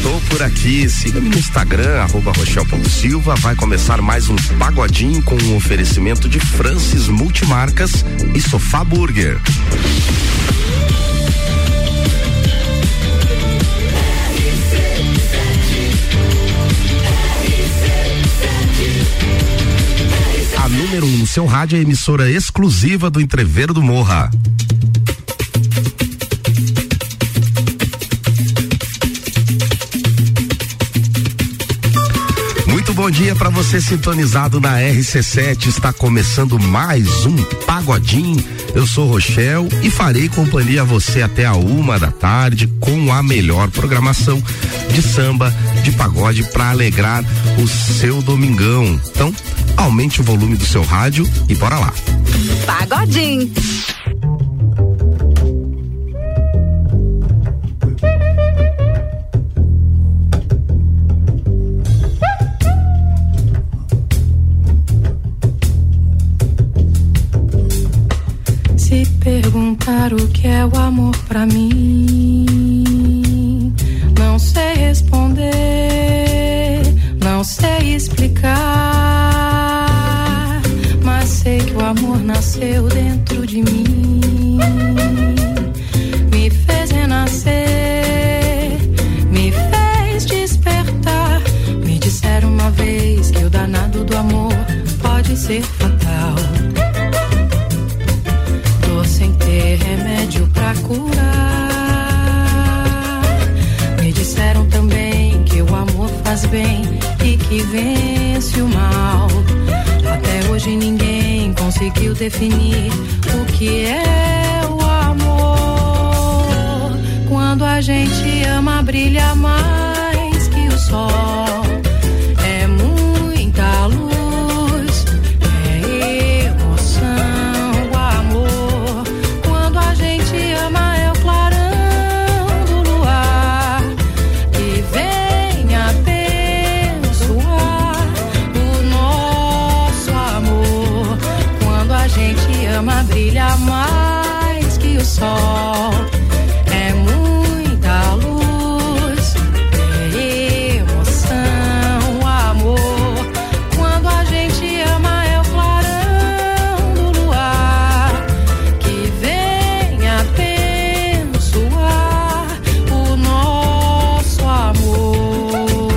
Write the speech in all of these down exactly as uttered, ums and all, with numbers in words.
Tô por aqui, siga-me no Instagram, arroba rochel ponto silva. Vai começar mais um Pagodinho com um oferecimento de Francis Multimarcas e Sofá Burger. A número um no seu rádio é a emissora exclusiva do Entreveiro do Morra. Muito bom dia para você sintonizado na R C sete. Está começando mais um Pagodinho. Eu sou Rochel e farei companhia a você até a uma da tarde com a melhor programação de samba, de pagode para alegrar o seu domingão. Então, aumente o volume do seu rádio e bora lá. Pagodinho. Se perguntar o que é o amor pra mim, não sei responder, não sei explicar, mas sei que o amor nasceu dentro de mim, me fez renascer, me fez despertar. Me disseram uma vez que o danado do amor pode ser fatal, dor sem ter remédio pra curar. Me disseram também que o amor faz bem e que vence o mal. Até hoje ninguém conseguiu definir o que é o amor. Quando a gente ama, brilha mais que o sol. É muita luz, é emoção, o amor. Quando a gente ama, é o clarão do luar que vem abençoar o nosso amor. Quando a gente ama, brilha mais que o sol. É muita luz, é emoção, o amor. Quando a gente ama, é o clarão do luar que vem abençoar o nosso amor.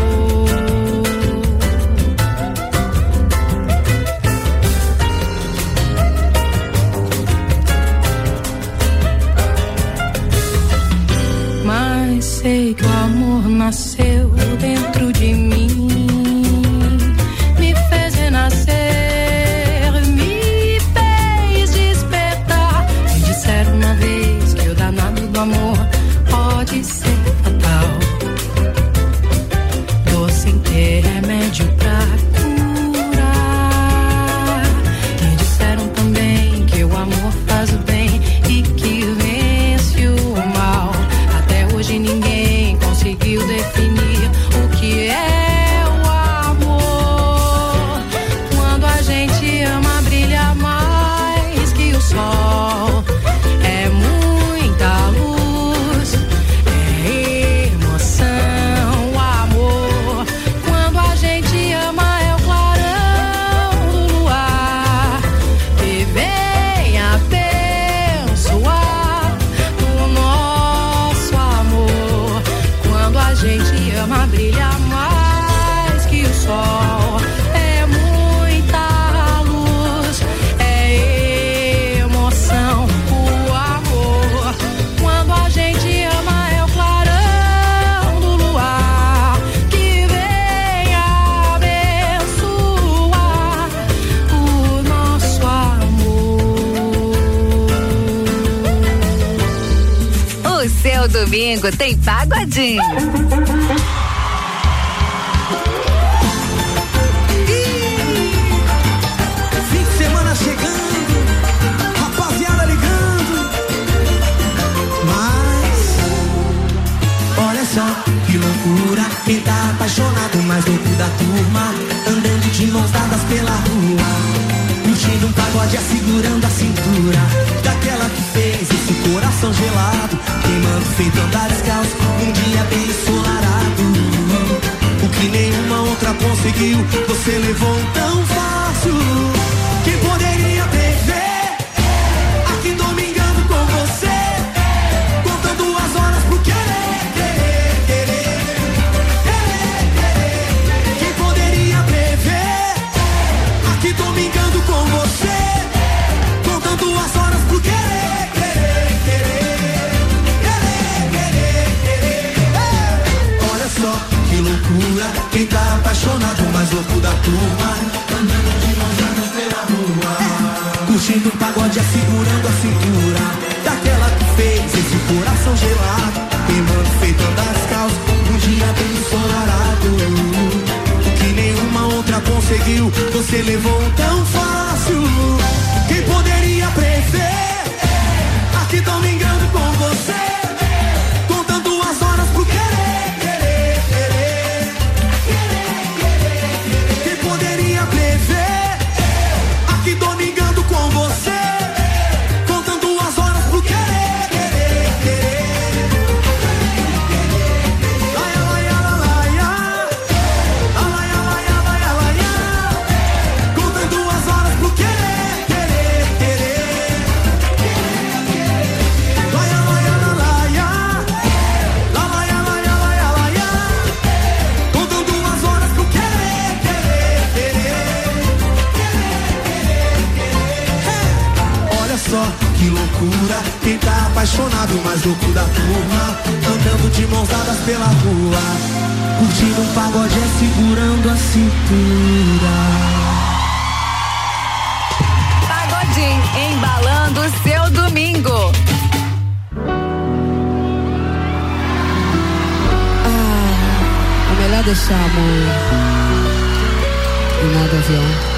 Mas sei que o amor nasceu dentro de mim, me fez renascer, me fez despertar. Me disseram uma vez que o danado do amor pode ser fatal, dor sem ter remédio pra curar. Me disseram também que o amor faz o bem e que vence o mal. Até hoje ninguém conseguiu definir o que é o amor. Quando a gente ama, brilha mais que o sol. É muita luz, é emoção, o amor. Quando a gente ama, é o clarão do luar que vem abençoar o nosso amor. Quando a gente ama, brilha mais que o sol. É muita luz, é emoção, o amor. Quando a gente ama, é o clarão do luar que vem abençoar o nosso amor. O seu domingo tem Pagodinho. Fim de semana chegando, rapaziada ligando. Mas olha só que loucura, quem tá apaixonado mais louco da turma, andando de mãos dadas pela rua, curtindo um pagode, segurando a cintura daquela que fez esse coração gelado, queimando feito andar descalço, um dia bem ensolarado. O que nenhuma outra conseguiu, você levou tão fácil. Quem poderia prever, aqui domingando com você, contando as horas pro querer, querer, querer, querer, querer. Quem poderia prever, aqui domingando com você, contando as horas pro querer, querer, querer, querer, querer, querer. Olha só que loucura, quem tá apaixonado, mais louco da turma, andando de mãos dadas pela rua, curtindo um pagode, segurando a cintura daquela que fez esse coração gelado, queimando feito andar descalço, um dia bem ensolarado. O que nenhuma outra conseguiu, você levou tão fácil. Quem poderia prever, aqui domingando com você, contando as horas pro querer, querer, querer, querer, querer. Quem poderia prever, aqui domingando com você, contando as horas pro querer, querer, querer. Laia, laia, laia, laia, laia, laia, laia, contando as horas pro querer, querer, querer. Laia, laia, laia, laia, laia, laia, laia, contando as horas pro querer, querer, querer. Olha só que loucura, quem tá apaixonado, mais louco da turma, andando de mãos dadas pela rua, curtindo um pagode, segurando a cintura. Pagodinho, embalando o seu domingo. Ah, é melhor deixar, amor. E nada avião.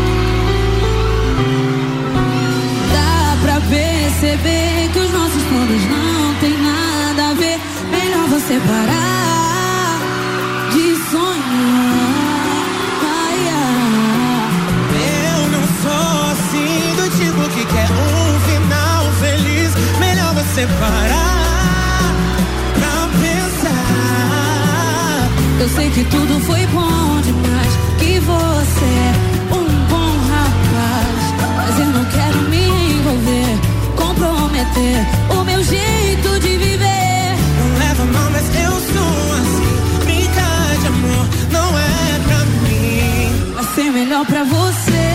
Dá pra perceber que os nossos planos não tem nada a ver. Melhor você parar de sonhar. Ai, ai. Eu não sou assim do tipo que quer um final feliz. Melhor você parar pra pensar. Eu sei que tudo foi bom demais, que você é um bom rapaz, mas eu não quero me envolver, comprometer o meu jeito de viver. Não leva mal, mas eu sou assim. Brincar de amor não é pra mim. Vai ser melhor pra você,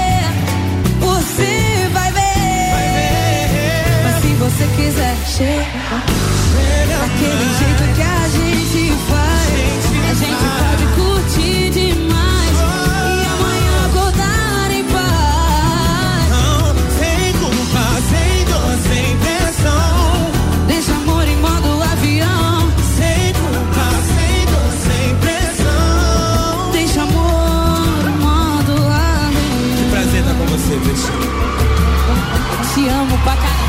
você vai ver. Vai ver. Mas se você quiser, chega, Chega daquele mais. jeito que a gente faz, Gente a gente faz. pode curtir demais e amanhã acordar em paz. Não, sem culpa, sem dor, sem pressão. Deixa amor em modo avião. Sem culpa, sem dor, sem pressão. Deixa amor em modo avião. Prazer estar com você, bicho. Te amo pra caralho.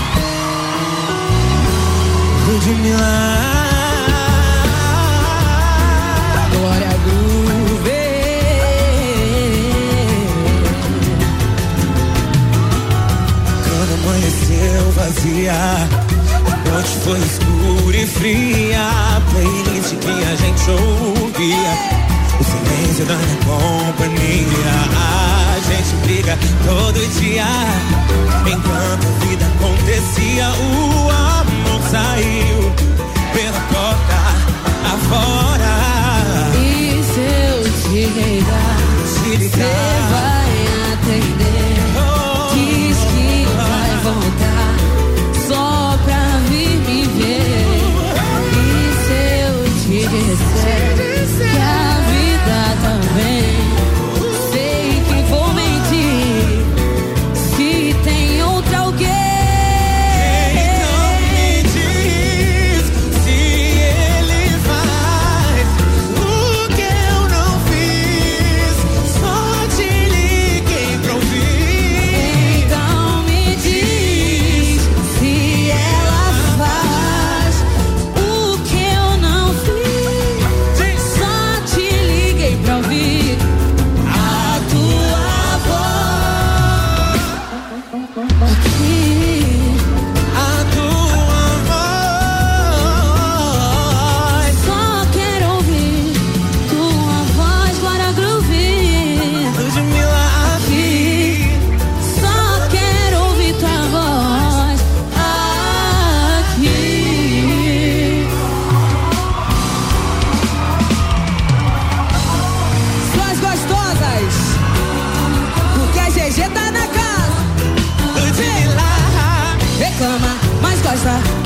Ludmilla, Glória Groove. quando amanheceu vazia, a noite foi escura e fria, a playlist que a gente ouvia, o silêncio da minha companhia. A gente briga todo dia, enquanto a vida acontecia, o amor saiu pela porta afora. E se eu te ligar, Se ligar, você vai atender. oh, Diz que vai voltar só pra vir me ver. E se eu te disser que a vida também, sei que vou mentir se tem outro alguém. então me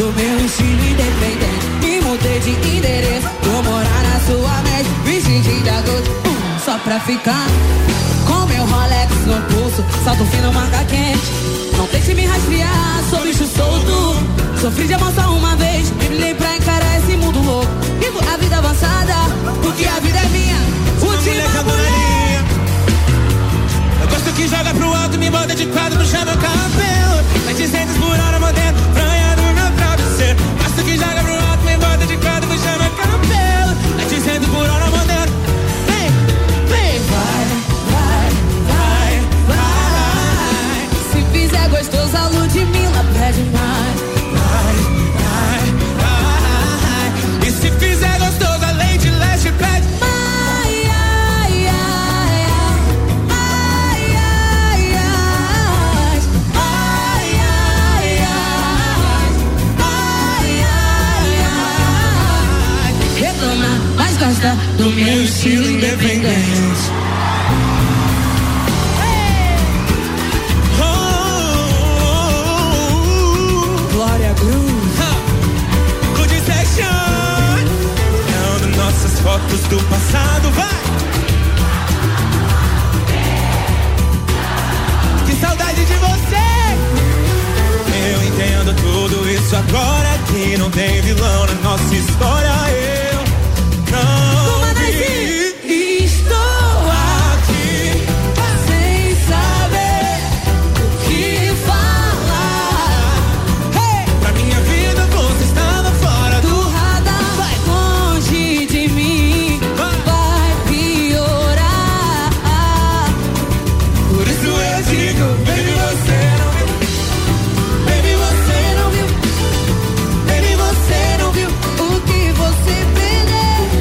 do meu estilo independente. Me mudei de endereço, vou morar na sua mente. Vinte de agosto, um, só pra ficar. Com meu Rolex no pulso, salto fino, manga quente. Não tente me rastrear, sou bicho solto. Sofri de amor só uma vez, me brilhei pra encarar esse mundo louco. Vivo a vida avançada, porque a vida é minha. Última mulher. Eu gosto que joga pro alto, me bota de quadro, puxa meu cabelo. setecentos por hora, mantendo franha no meu travesseiro. Gosto que joga pro alto, me bota de quadro, puxa meu cabelo. setecentos por hora, mantendo. Vem, vem, vai, vai, vai, vai. Se fizer gostoso, a Ludmilla pede mais. Vai, vai, vai. E se fizer gostoso, a Lady Leste pede mais. Gosta do meu estilo independente. Oh, oh, oh. Glória Groove. Good section. Olhando nossas fotos do passado, vai. Que saudade de você. Eu entendo tudo isso agora, que não tem vilão na nossa história. Eu não vi. Estou aqui sem saber o que falar. Hey! Pra minha vida você estava fora do, do radar. Vai longe de mim, vai, vai piorar. Por isso eu digo, baby, você não viu. Baby, você não viu. Baby, você não viu o que você perdeu.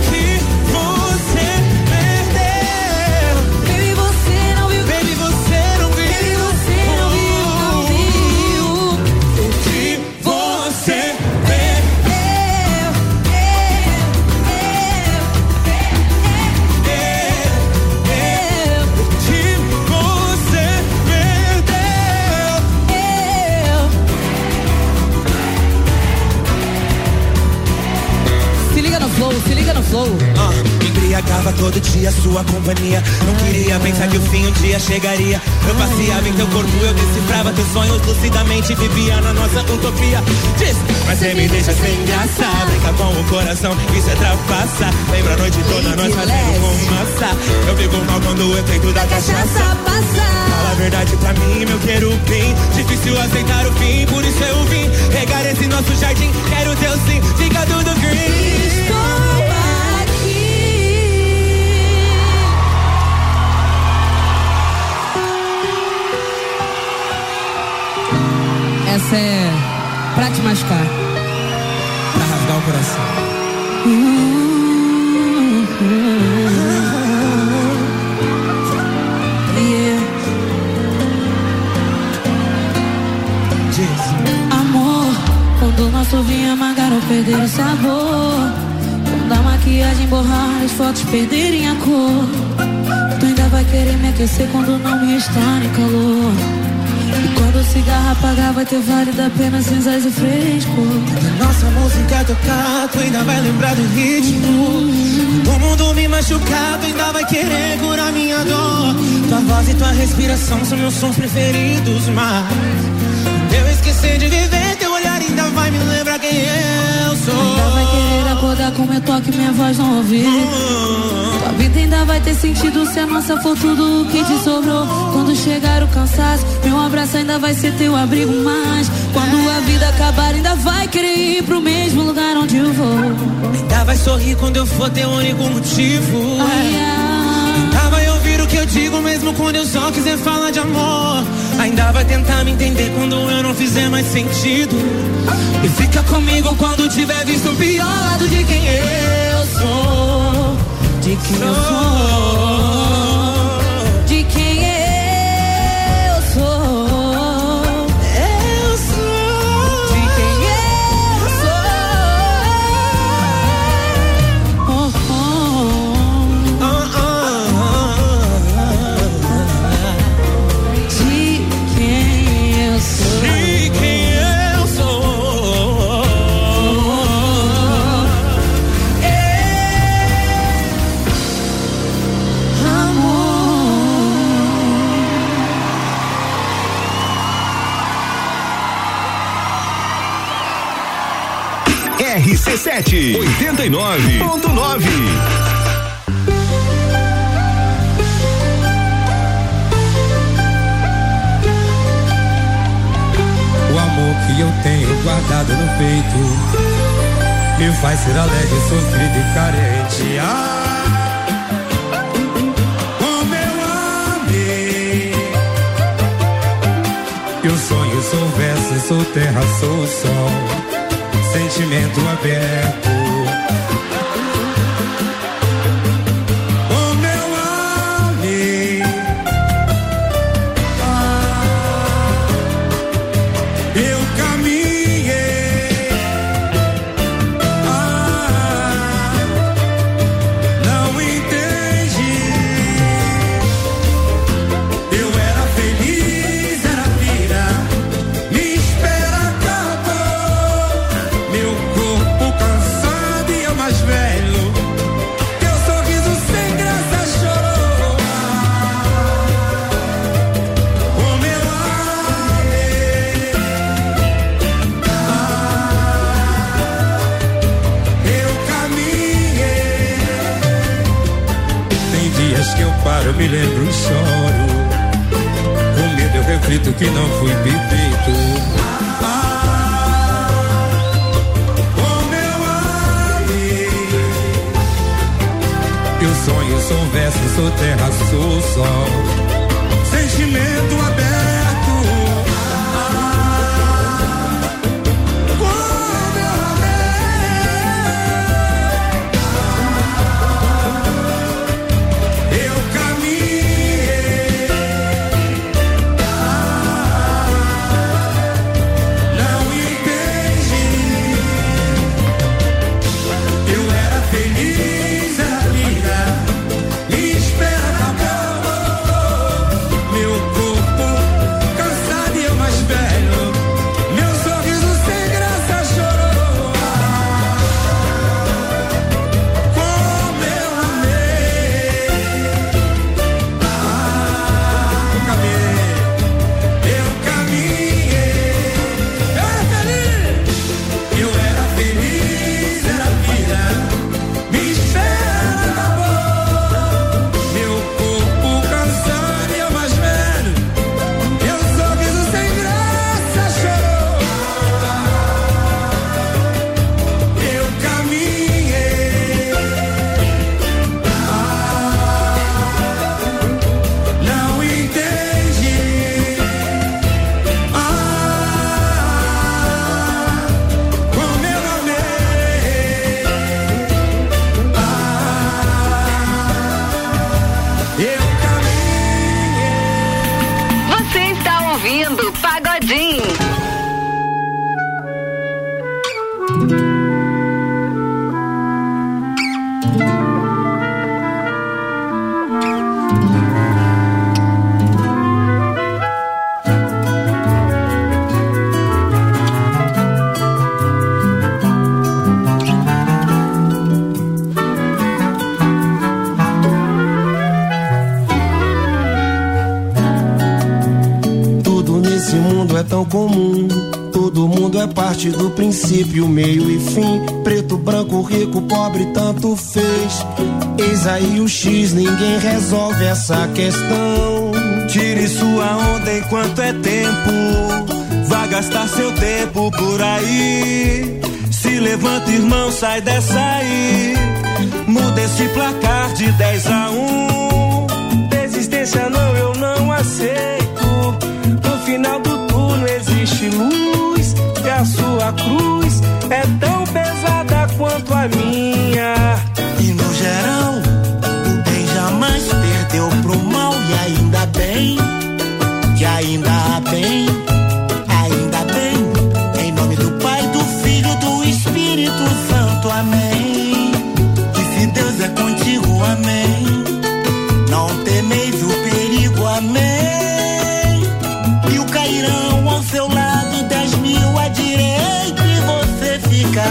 Se liga no flow. Uh, embriagava todo dia sua companhia. Não queria pensar que o fim um dia chegaria. Eu passeava em teu corpo, eu decifrava teus sonhos lucidamente, vivia na nossa utopia. Diz, mas você me deixa sem graça. Brinca com o coração, isso é trapaça. Lembra a noite toda, nós fazendo fumaça. Eu fico mal quando o efeito da cachaça passa. Fala a verdade pra mim, meu querubim. Difícil aceitar o fim, por isso eu vim regar esse nosso jardim. Quero teu sim, fica tudo green. Essa é pra te machucar, pra rasgar o coração. uh, uh, uh, yeah. Amor, quando o nosso vinho amargar ou perder o sabor, quando a maquiagem borrar, as fotos perderem a cor, tu ainda vai querer me aquecer quando não me estar em calor. E quando o cigarro apagar, vai ter válido a pena cinzas e fresco. Quando a nossa música tocar, tu ainda vai lembrar do ritmo. Quando o mundo me machucar, tu ainda vai querer curar minha dor. Tua voz e tua respiração são meus sons preferidos, mas quando eu esquecer de viver, teu olhar ainda vai me lembrar quem eu sou. Ainda vai querer acordar com meu toque, minha voz não ouvir. Tua vida ainda vai ter sentido se a nossa for tudo o que te sobrou. Quando chegar o cansaço, meu abraço ainda vai ser teu abrigo. Mas quando a vida acabar, ainda vai querer ir pro mesmo lugar onde eu vou. Ainda vai sorrir quando eu for teu único motivo. Ai, ai. Ainda vai ouvir o que eu digo mesmo quando eu só quiser falar de amor. Ainda vai tentar me entender quando eu não fizer mais sentido. E fica comigo quando tiver visto o pior lado de quem eu sou. De quem eu sou. De quem eu sou. Eu sou. De quem eu sou. Oh, oh. Oh, oh, oh. De quem eu sou. De quem eu sou. R C sete oitenta e nove ponto nove. O amor que eu tenho guardado no peito me faz ser alegre, sofrido e carente. Ah, como eu amei. Eu sonho, sou verso, sou terra, sou sol, sentimento aberto. Como eu amei. Ah, eu caminhei. Ah, não entendi. Eu era feliz, era vida. Me espera, acabou. Meu corpo cansado e eu mais velho. Teu sorriso sem graça chorou. Como eu amei. Eu caminhei. Tem dias que eu paro, me lembro e choro. Com medo eu reflito que não fui perfeito. Ah, como eu amei. Eu sonho, sou um verso, sou terra, sou sol, sentimento aberto. Ah, como eu amei. Eu caminhei. Ah, não entendi. Eu era feliz, era vida. Me espera, acabou. Meu corpo cansado e eu mais velho. Meu sorriso sem graça chorou. Ah, como eu amei. Ah, eu caminhei. Eu caminhei. Eu era feliz. Eu era feliz, era vida. Me espera, acabou. Meu corpo cansado e eu mais velho. Meu sorriso sem graça chorou. Eu caminhei. Ah, não entendi. Ah, como eu amei. Ah, eu caminhei. Você está ouvindo Pagodinho. Tudo nesse mundo é tão comum. Todo mundo é parte do princípio, meio e fim. Preto, branco, rico, pobre, tanto fez. Eis aí o X, ninguém resolve essa questão. Tire sua onda enquanto é tempo. Vá gastar seu tempo por aí. Se levanta, irmão, sai dessa aí. Muda esse placar de dez a um. Desistência não, eu não aceito. No final do túnel existe luz. E a sua cruz é tão pesada quanto a minha. E no geral, o bem jamais perdeu pro mal. E ainda bem, que ainda há bem, ainda bem. Em nome do Pai, do Filho, do Espírito Santo, amém. Que se Deus é contigo, amém. Não temeis o perigo, amém. E o cairão ao seu lado, dez mil à direita e você fica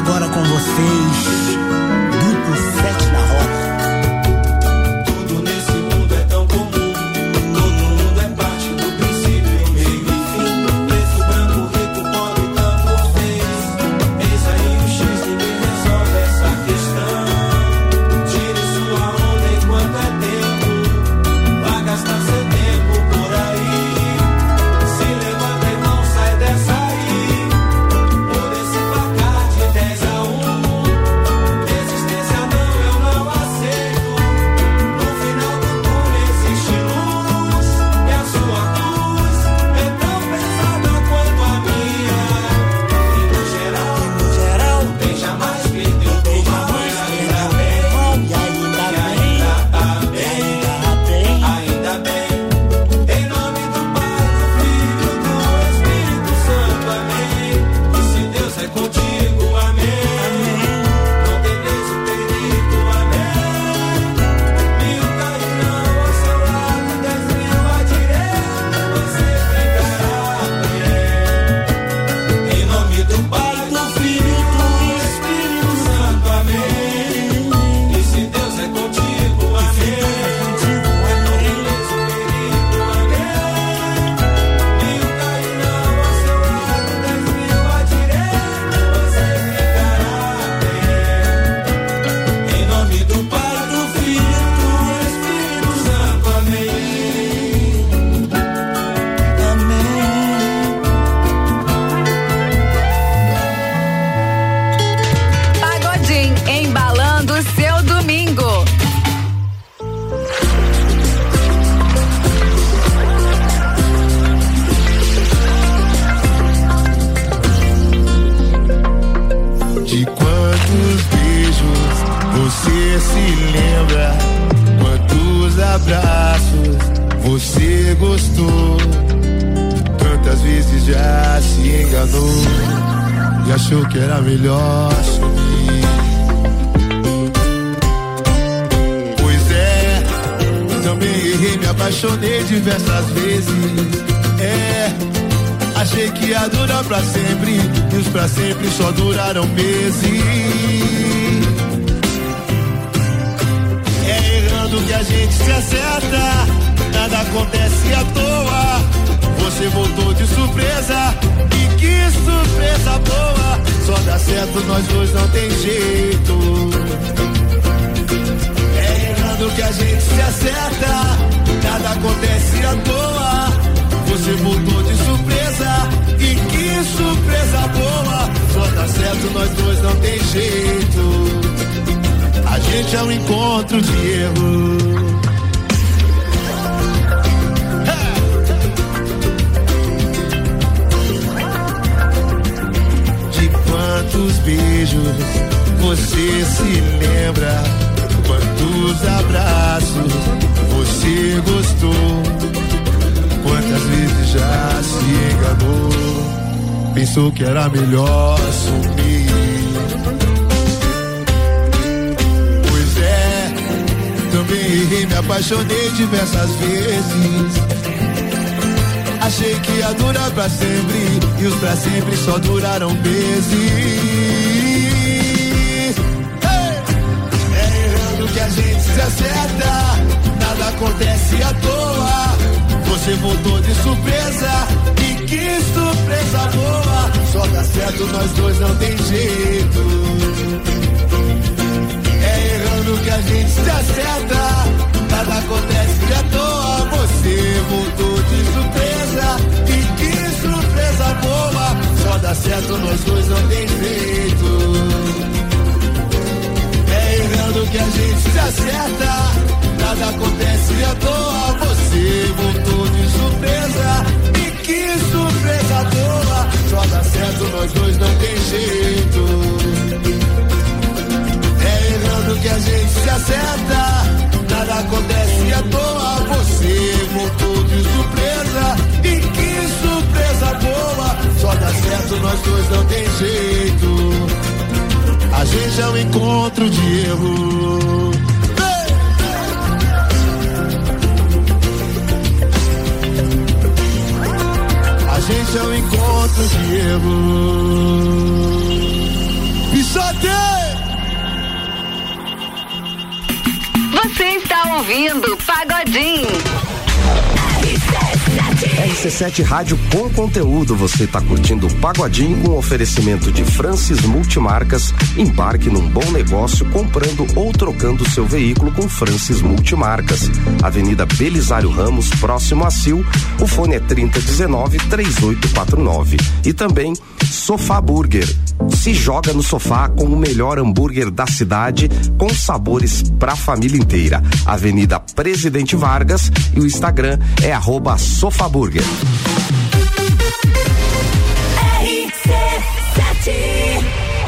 agora com vocês, Grupo Sete da Roda. Tudo nesse mundo é tão comum. Todo mundo é parte do princípio, meio e fim. Preto, branco, rico, pobre, tanto fez. Eis aí o X, ninguém resolve essa questão. Tire sua onda enquanto é tempo. Vai gastar seu tempo por aí. Se levanta, irmão, sai dessa aí. Por esse placar de dez a um. Desistência não, eu não aceito. No final do túnel existe luz. E a sua cruz é tão pesada quanto a minha. E no geral, No geral, quem jamais perdeu uma mãe ainda bem. e ainda E bem, ainda tá e bem. ainda bem. Ainda bem, em nome do Pai, do Filho, do Espírito Santo, amém. E se Deus é contigo, amém. Não temeis o perigo, amém. Mil cairão ao seu lado, dez mil à direita, você ficará bem. Em nome do Pai, do Filho, do Espírito Santo, amém. E se Deus é contigo, amém. Pagodinho, embalando o seu domingo. De quantos beijos você se lembra? Quantos abraços você gostou? Quantas vezes já se enganou e achou que era melhor sumir? Pois é, também errei, me apaixonei diversas vezes. É, achei que ia durar pra sempre, e os pra sempre só duraram meses. É errando que a gente se acerta, nada acontece à toa. Você voltou de surpresa, e que surpresa boa. Só dá certo, nós dois não tem jeito. É errando que a gente se acerta, nada acontece à toa. Você voltou de surpresa, e que surpresa boa. Só dá certo, nós dois não tem jeito. A gente é um encontro de erro. De quantos beijos você se lembra? Quantos abraços você gostou? Quantas vezes já se enganou? Pensou que era melhor sumir. Pois é, também errei, me apaixonei diversas vezes. Achei que ia durar pra sempre, e os pra sempre só duraram meses. Hey! É errando que a gente se acerta, nada acontece à toa. Você voltou de surpresa, e que surpresa boa. Só dá certo, nós dois não tem jeito. É errando que a gente se acerta, nada acontece à toa. Você voltou de surpresa, e que surpresa boa. Só dá certo, nós dois não tem jeito. É errando que a gente se acerta, nada acontece à toa. Você voltou de surpresa, e que surpresa boa. Só dá certo, nós dois não tem jeito. É errando que a gente se acerta, nada acontece à toa. Você voltou de surpresa, e que surpresa boa. Só dá certo, nós dois não tem jeito. A gente é um encontro de erro. A gente é um encontro de erro. E só pagode! Você está ouvindo Pagodinho. R C sete Rádio com conteúdo. Você está curtindo o Pagodinho com oferecimento de Francis Multimarcas. Embarque num bom negócio comprando ou trocando seu veículo com Francis Multimarcas. Avenida Belisário Ramos, próximo a Sil. O fone é trinta dezenove, trinta e oito quarenta e nove. E também Sofá Burger. Se joga no sofá com o melhor hambúrguer da cidade, com sabores pra família inteira. Avenida Presidente Vargas e o Instagram é arroba Sofá Burger. R C sete.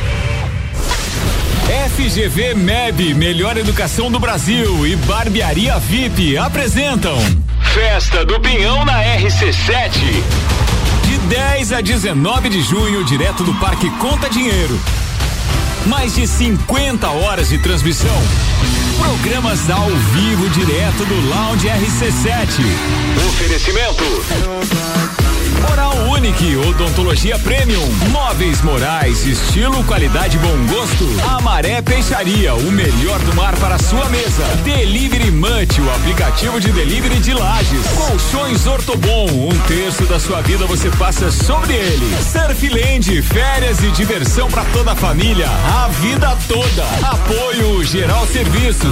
F G V M E B, melhor educação do Brasil, e Barbearia V I P apresentam Festa do Pinhão na R C sete. De dez a dezenove de junho, direto do Parque Conta Dinheiro. Mais de cinquenta horas de transmissão. Programas ao vivo direto do Lounge R C sete. Oferecimento Oral Unique, Odontologia Premium, Móveis Morais, estilo, qualidade e bom gosto. Amaré Peixaria, o melhor do mar para a sua mesa. Delivery Munch, o aplicativo de delivery de Lages. Colchões Ortobon, um terço da sua vida você passa sobre ele. Surfland, férias e diversão para toda a família, a vida toda. Apoio Geral Serviços.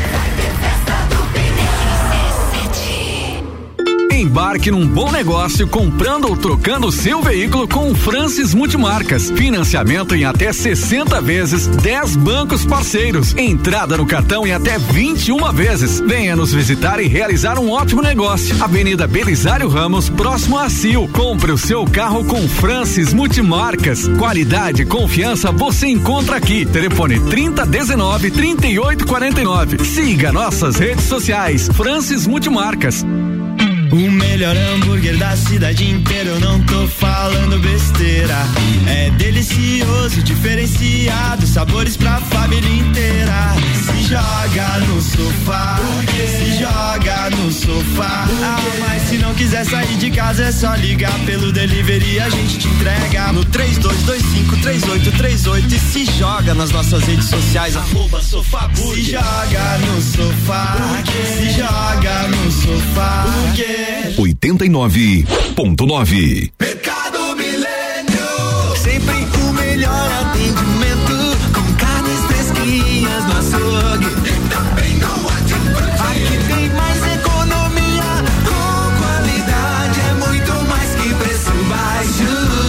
Embarque num bom negócio comprando ou trocando seu veículo com o Francis Multimarcas. Financiamento em até sessenta vezes, dez bancos parceiros. Entrada no cartão em até vinte e uma vezes. Venha nos visitar e realizar um ótimo negócio. Avenida Belisário Ramos, próximo a Sil. Compre o seu carro com Francis Multimarcas. Qualidade e confiança você encontra aqui. Telefone trinta dezenove, trinta e oito quarenta e nove. Siga nossas redes sociais. Francis Multimarcas. O melhor hambúrguer da cidade inteira, eu não tô falando besteira. É delicioso, diferenciado, sabores pra família inteira. Se joga no sofá, se joga no sofá. Ah, mas se não quiser sair de casa é só ligar pelo delivery, a gente te entrega no três dois dois cinco, três oito três oito. E se joga nas nossas redes sociais, arroba Sofá Burger. Se joga no sofá, se joga no sofá. oitenta e nove ponto nove. Mercado Milênio, sempre o melhor atendimento, com carnes fresquinhas no açougue e também no hortifruti. Aqui tem mais economia, com qualidade, é muito mais que preço baixo.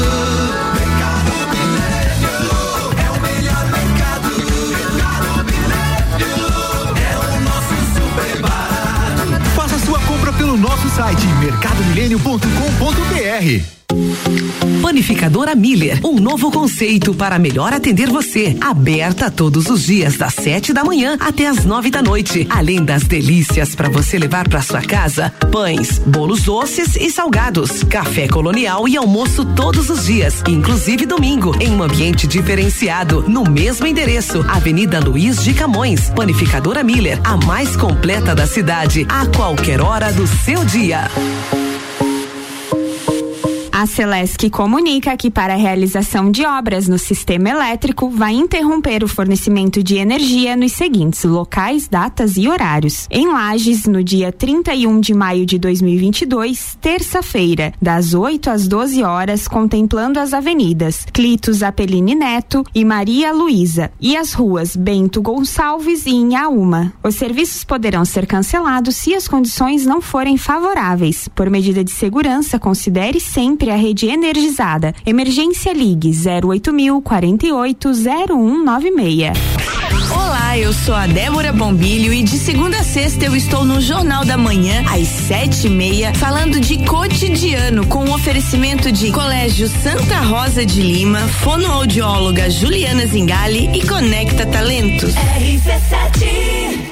Mercado Milênio é o melhor mercado. Mercado Milênio é o nosso super barato. Faça sua compra pelo nosso site mercado milênio ponto com ponto br. Panificadora Miller, um novo conceito para melhor atender você. Aberta todos os dias das sete da manhã até as nove da noite. Além das delícias para você levar para sua casa: pães, bolos doces e salgados, café colonial e almoço todos os dias, inclusive domingo, em um ambiente diferenciado. No mesmo endereço, Avenida Luiz de Camões. Panificadora Miller, a mais completa da cidade, a qualquer hora do seu dia. A Celesc comunica que, para a realização de obras no sistema elétrico, vai interromper o fornecimento de energia nos seguintes locais, datas e horários. Em Lages, no dia trinta e um de maio de dois mil e vinte e dois, terça-feira, das oito às doze horas, contemplando as avenidas Clitos Apelini Neto e Maria Luísa, e as ruas Bento Gonçalves e Inhaúma. Os serviços poderão ser cancelados se as condições não forem favoráveis. Por medida de segurança, considere sempre a rede energizada. Emergência Ligue zero oito mil, quarenta e oito, zero um nove seis. Olá, eu sou a Débora Bombilho e de segunda a sexta eu estou no Jornal da Manhã, às sete e meia, falando de cotidiano, com o oferecimento de Colégio Santa Rosa de Lima, fonoaudióloga Juliana Zingali e Conecta Talentos. R C sete.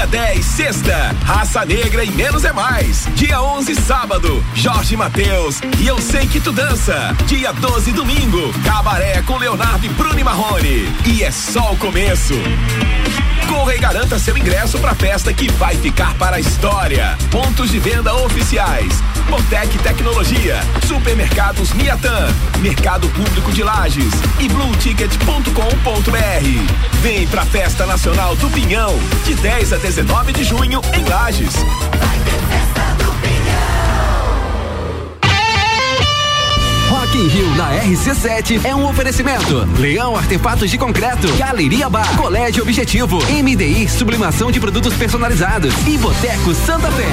Dia dez, sexta, Raça Negra e Menos é Mais. Dia onze, sábado, Jorge Mateus e Eu Sei Que Tu Dança. Dia doze, domingo, Cabaré com Leonardo e Bruno e Marrone. E é só o começo. Corra e garanta seu ingresso pra festa que vai ficar para a história. Pontos de venda oficiais: Botec Tecnologia, Supermercados Miatan, Mercado Público de Lages e blue ticket ponto com ponto br. Vem pra Festa Nacional do Pinhão, de dez a dezenove de junho em Lages. Vai ter festa do Rock in Rio na R C sete é um oferecimento. Leão Artefatos de Concreto, Galeria Bar, Colégio Objetivo, M D I Sublimação de Produtos Personalizados e Boteco Santa Fé.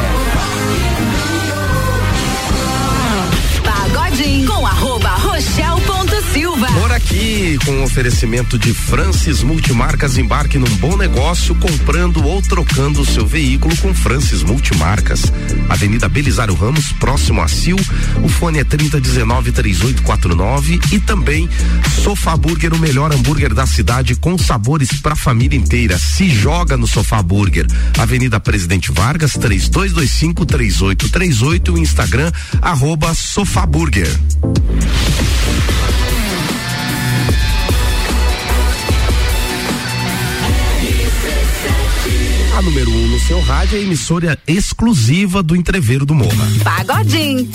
Pagodinho com arroba Rochel ponto Silva. Por aqui, com o oferecimento de Francis Multimarcas, embarque num bom negócio comprando ou trocando o seu veículo com Francis Multimarcas. Avenida Belisário Ramos, próximo a Sil. O fone é trinta dezenove, trinta e oito quarenta e nove. E também Sofá Burger, o melhor hambúrguer da cidade com sabores pra família inteira. Se joga no Sofá Burger. Avenida Presidente Vargas, três dois dois cinco, três oito três oito. Instagram, arroba Sofá Burger. A número um no seu rádio é a emissora exclusiva do Entreveiro do Morra. Pagodinho.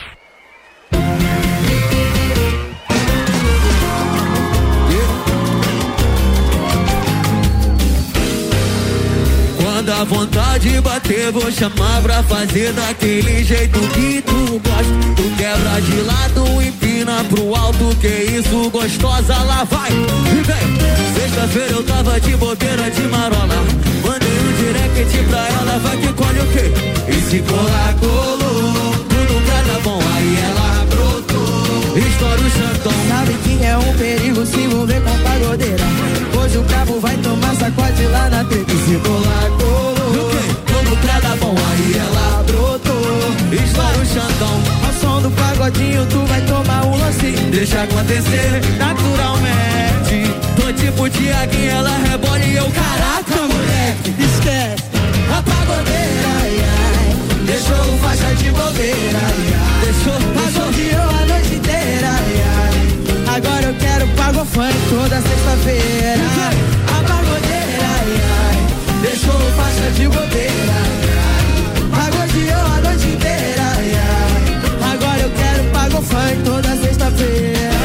Quando a vontade bater, vou chamar pra fazer daquele jeito que tu gosta. Tu quebra de lado, empina pro alto, que isso, gostosa, lá vai. E vem, sexta-feira eu tava de bobeira, de marola. Mandei um direct pra ela, vai que colhe o quê? E se colar, colou, tudo pra dar bom, aí ela brotou. Estoura o chantão. Sabe que é um perigo se envolver com pagodeira. Hoje o cabo vai tomar sacode lá na treta. E se colar, colou, tudo pra dar bom, aí ela brotou. Estoura o chantão. Ao som do pagodinho tu vai tomar um lance. Deixa acontecer naturalmente. Tô tipo Tiaguinho, ela rebola e eu, caraca, moleque. Esquece a pagodeira, ai, ai. Deixou faixa de bobeira, ai, ai. Deixou, pagodeou a noite inteira, ai, ai. Agora eu quero pago funk toda sexta-feira. A pagodeira, ai, ai. Deixou faixa de bobeira, ai, ai. Pagodeou a noite inteira, ai, ai. Agora eu quero pago funk toda sexta-feira.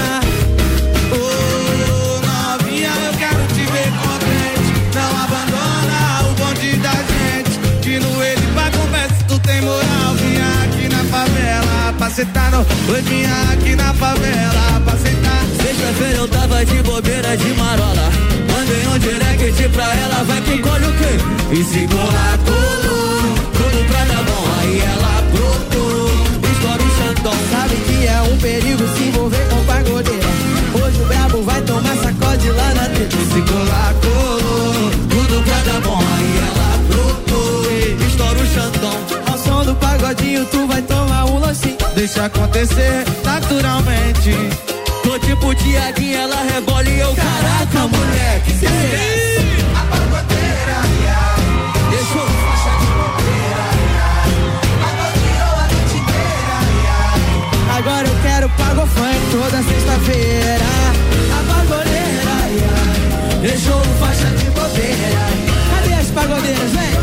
Ô, novinha, eu quero te ver contente. Não abandona o bonde da gente. Que no ele pra conversa tu tem moral. Vinha aqui na favela pra sentar no... Oi, vinha aqui na favela pra sentar. Sexta-feira eu tava de bobeira, de marola. Mandei um direct pra ela, vai que colhe o quê? E se colar, colou, tudo pra dar bom, aí ela brotou. Estoura o chantão. Sabe que é um perigo se envolver com pagodeira. Hoje o brabo vai tomar sacode lá na treta. E se colar, colou, tudo pra dar bom, aí ela brotou. Estoura o chantão. Ao som do pagodinho tu vai tomar um lancinho. Deixa acontecer naturalmente. Tô tipo Tiaguinho, ela rebola e eu, caraca, moleque. Esquece a pagodeira, ai, ai. Deixou faixa de bobeira, ai, ai. Pagodeou a noite inteira, ai, ai. Agora eu quero pago funk toda sexta-feira. A pagodeira, ai, ai. Deixou faixa de bobeira, ai, ai. Cadê as pagodeiras, vem?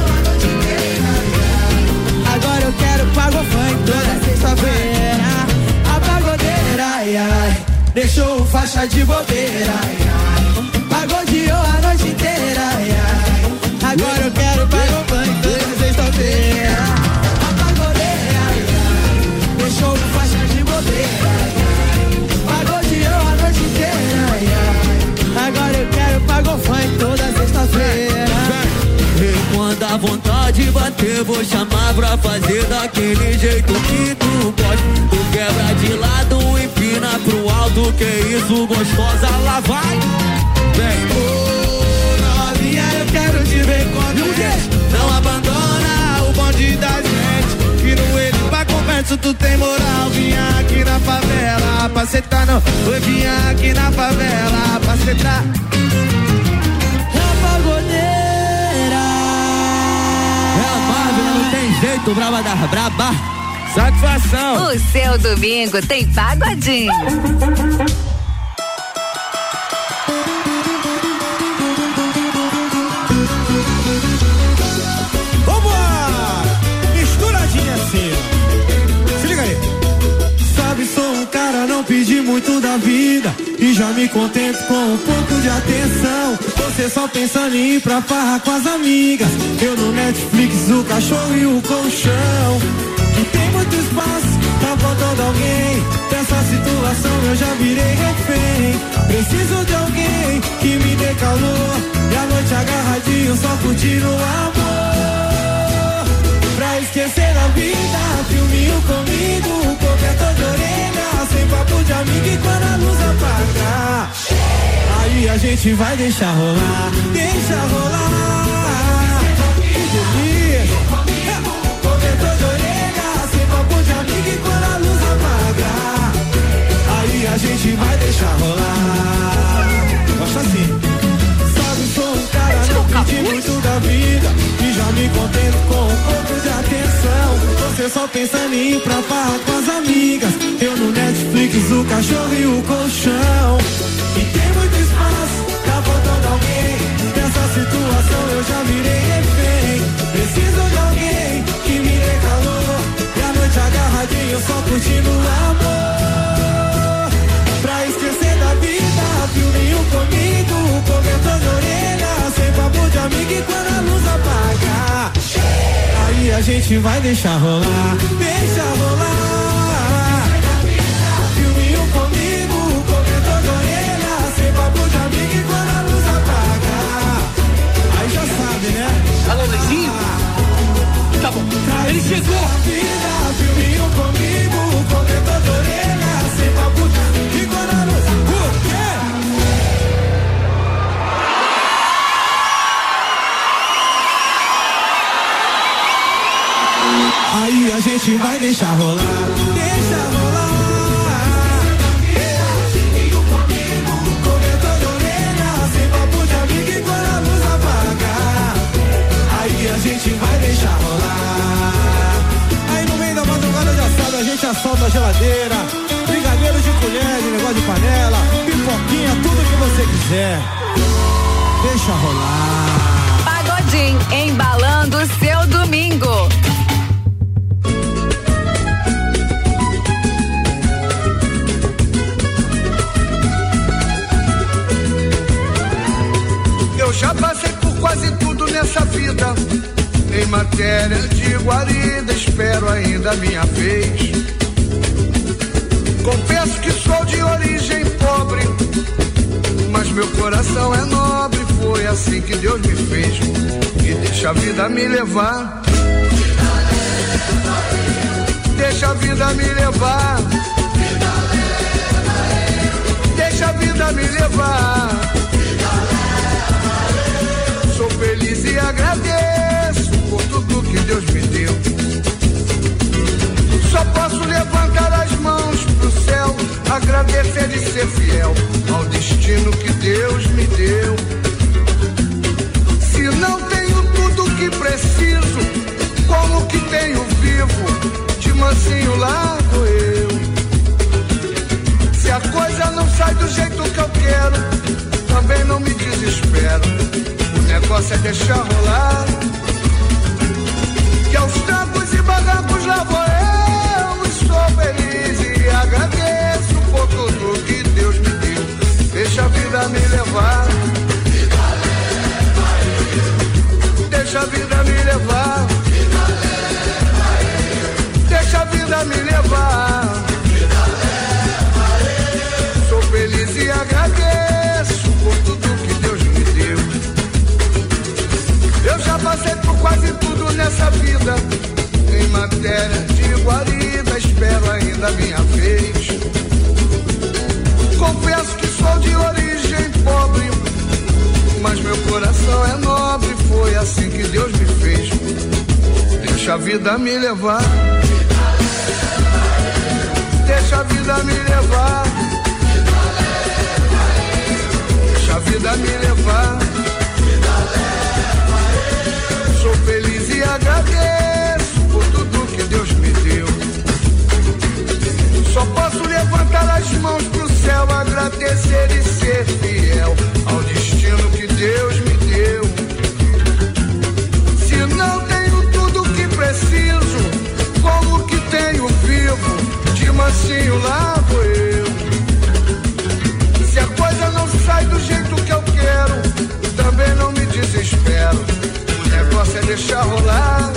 Agora eu quero pago funk toda sexta-feira. A pagodeira, ai, ai. Deixou faixa de bobeira, ai, ai. Pagodeou a noite inteira, ai, ai. Agora eu quero pago funk toda sexta-feira. A pagodeira, ai, ai. Deixou faixa de bobeira, ai, ai. Pagodeou a noite inteira, ai, ai. Agora eu quero pago funk toda sexta-feira. E quando a vontade bater, vou chamar pra fazer daquele jeito que tu gosta. Tu quebra de lado, empina pro alto, que isso, gostosa, lá vai. Vem, ô, novinha, eu quero te ver contente. Não abandona o bonde da gente. Que no ele pra conversa tu tem moral. Vinha aqui na favela pra sentar, não. Oi, vinha aqui na favela pra sentar. A pagodeira. Tô braba da braba. Satisfação. O seu domingo tem pagodinho. Vambora! Misturadinha assim. Se liga aí. Sabe, sou um cara, não pedi muito da vida e já me contento com um pouco de atenção. Você só pensando em ir pra farra com as amigas, eu no Netflix, o cachorro e o colchão. E tem muito espaço, tá faltando alguém. Dessa situação eu já virei refém. Preciso de alguém que me dê calor e a noite agarradinho só curtindo o amor. Pra esquecer da vida, filminho comigo, cobertor de orelha, sem papo de amigo e quando a luz apagar, aí a gente vai deixar rolar, deixa rolar. Que delícia. Cobertor de orelha, sem papo de amigo e quando a luz apagar, aí a gente vai deixar rolar. Gosta assim. Sabe, sou um cara, não pedi muito da vida e já me contento com um pouco de atenção. Você só pensando em ir pra farra com as amigas, eu no Netflix, o cachorro e o colchão. E tem muito espaço, tá faltando alguém. Nessa situação eu já virei refém. Preciso de alguém que me dê calor e a noite agarradinho só curtindo o amor. Pra esquecer da vida, filminho comigo, cobertor de orelha, sem papo de amigo e quando a luz apagar, aí a gente vai deixar rolar, deixa rolar. Filminho comigo, cobertor de orelha, sem papo de amigo e quando a luz apagar, aí já sabe, né? Alô, Leizinho? Tá bom, ele chegou. Vida, filminho comigo, cobertor de orelha, sem papo de amigo e quando a luz apagar. Aí a gente vai deixar rolar, deixa rolar. Cobertor de orelha, sem papo de amigo e quando a luz apagar, aí a gente vai deixar rolar. Aí no meio da madrugada de assado a gente assalta a geladeira, brigadeiro de colher, de negócio de panela, pipoquinha, tudo que você quiser. Deixa rolar. Pagodinho, embalando o seu domingo. Eu já passei por quase tudo nessa vida. Em matéria de guarida, espero ainda a minha vez. Confesso que sou de origem pobre, mas meu coração é nobre. Foi assim que Deus me fez. E deixa a vida me levar. Deixa a vida me levar. Deixa a vida me levar. Sou feliz e agradeço por tudo que Deus me deu. Só posso levantar as mãos pro céu, agradecer e ser fiel ao destino que Deus me deu. Se não tenho tudo que preciso, como que tenho vivo, de mansinho largo eu. Se a coisa não sai do jeito que eu quero, também não me desespero. O negócio é deixar rolar, que aos trancos e barrancos lá vou eu. Estou feliz e agradeço por tudo que Deus me deu. Deixa a vida me levar. Deixa a vida me levar. Deixa a vida me levar. Sou feliz e agradeço por tudo que Deus me deu. Eu já passei por quase tudo nessa vida. Em matéria de guarida, espero ainda a minha vez. Confesso que sou de origem pobre, mas meu coração é nobre. Foi assim que Deus me fez. Deixa a vida me levar. Deixa a vida me levar. Deixa a vida me levar. Sou feliz e agradeço por tudo ser fiel ao destino que Deus me deu. Se não tenho tudo o que preciso, como que tenho vivo, de mansinho lá vou eu. Se a coisa não sai do jeito que eu quero, também não me desespero, o negócio é deixar rolar.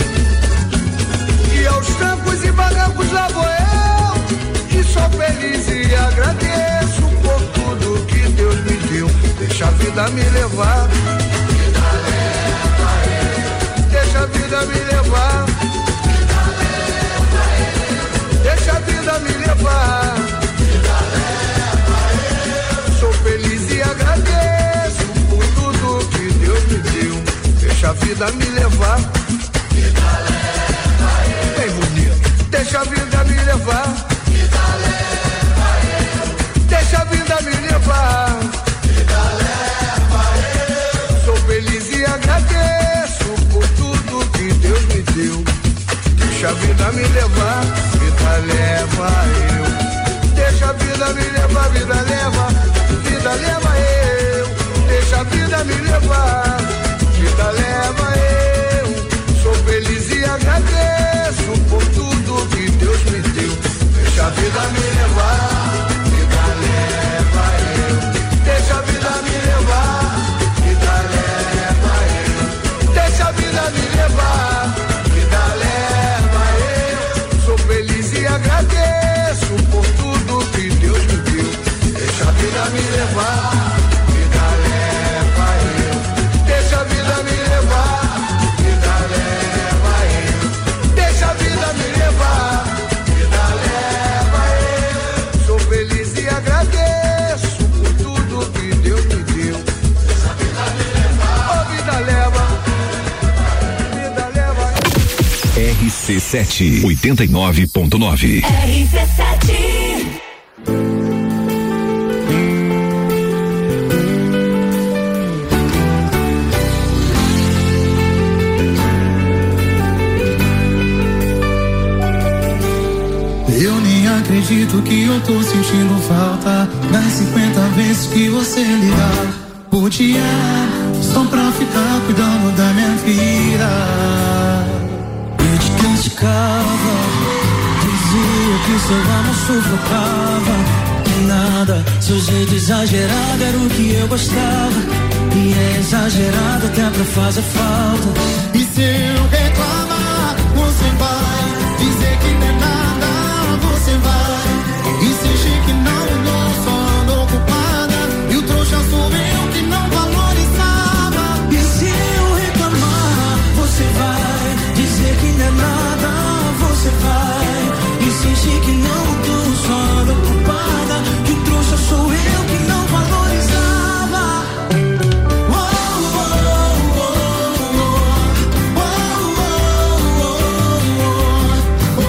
E aos trancos e barrancos lá vou eu, e sou feliz e agradeço por tudo que Deus me deu. Deixa a vida me levar, vida leva eu. Deixa a vida me levar, vida leva eu. Deixa a vida me levar, vida leva eu. Sou feliz e agradeço por tudo que Deus me deu. Deixa a vida me levar, vida leva eu. Bem bonito. Deixa a vida me levar, vida leva eu. Deixa a vida me levar, vida leva eu. Sou feliz e agradeço por tudo que Deus me deu. Deixa a vida me levar, vida leva eu. Deixa a vida me levar, vida leva, vida leva eu. Deixa a vida me levar, vida leva eu. Sou feliz e agradeço por tudo que Deus me deu. Deixa a vida me levar, vida leva eu. Deixa a vida me levar, vida leva eu. Deixa a vida me levar, vida leva eu. Sou feliz e agradeço por tudo que Deus me deu. Deixa a vida me levar, vida leva eu. Deixa a vida me levar, vida leva eu. Deixa a vida me levar, vida leva eu. Sou feliz e agradeço por tudo que Deus me deu. Deixa a vida me levar, oh, vida leva, vida leva eu. R C sete oitenta e nove ponto nove. R C sete. Eu nem acredito que eu tô sentindo falta das cinquenta vezes que você ligar por dia, só pra ficar cuidando da minha vida. Eu te criticava, dizia que seu amor sufocava. Que nada, seu jeito exagerado era o que eu gostava. E é exagerado até pra fazer falta. E se eu reclamar, você vai dizer que não é nada. Você vai insistir que não mudou, só andou ocupada. E o trouxa sou eu que não valorizava. E se eu reclamar, você vai dizer que não é nada. Você vai insistir que não mudou, só andou ocupada. Que o trouxa sou eu que não valorizava. Oh, oh, oh, oh, oh, oh, oh, oh,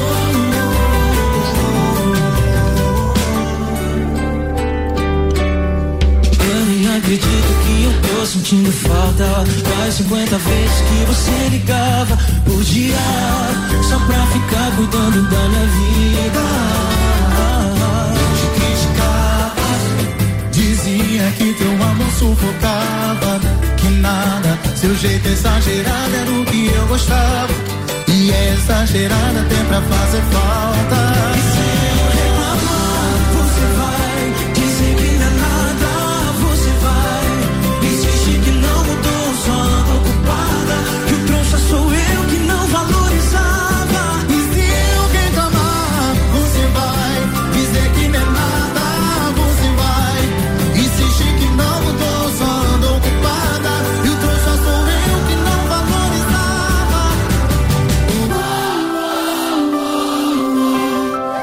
oh. Eu nem acredito que eu tô sentindo falta das cinquenta vezes que você ligava por dia, só pra ficar cuidando da minha vida. Eu te criticava, dizia que teu amor sufocava. Que nada, seu jeito exagerado era o que eu gostava. E é exagerado até pra fazer falta. E se eu reclamar, você vai dizer que não é nada. Você vai insistir que não mudou, só ando ocupada. Que o trouxa sou eu que não valorizava. E se eu reclamar, você vai dizer que não é nada. Você vai insistir que não mudou, só ando ocupada. E o trouxa sou eu que não valorizava.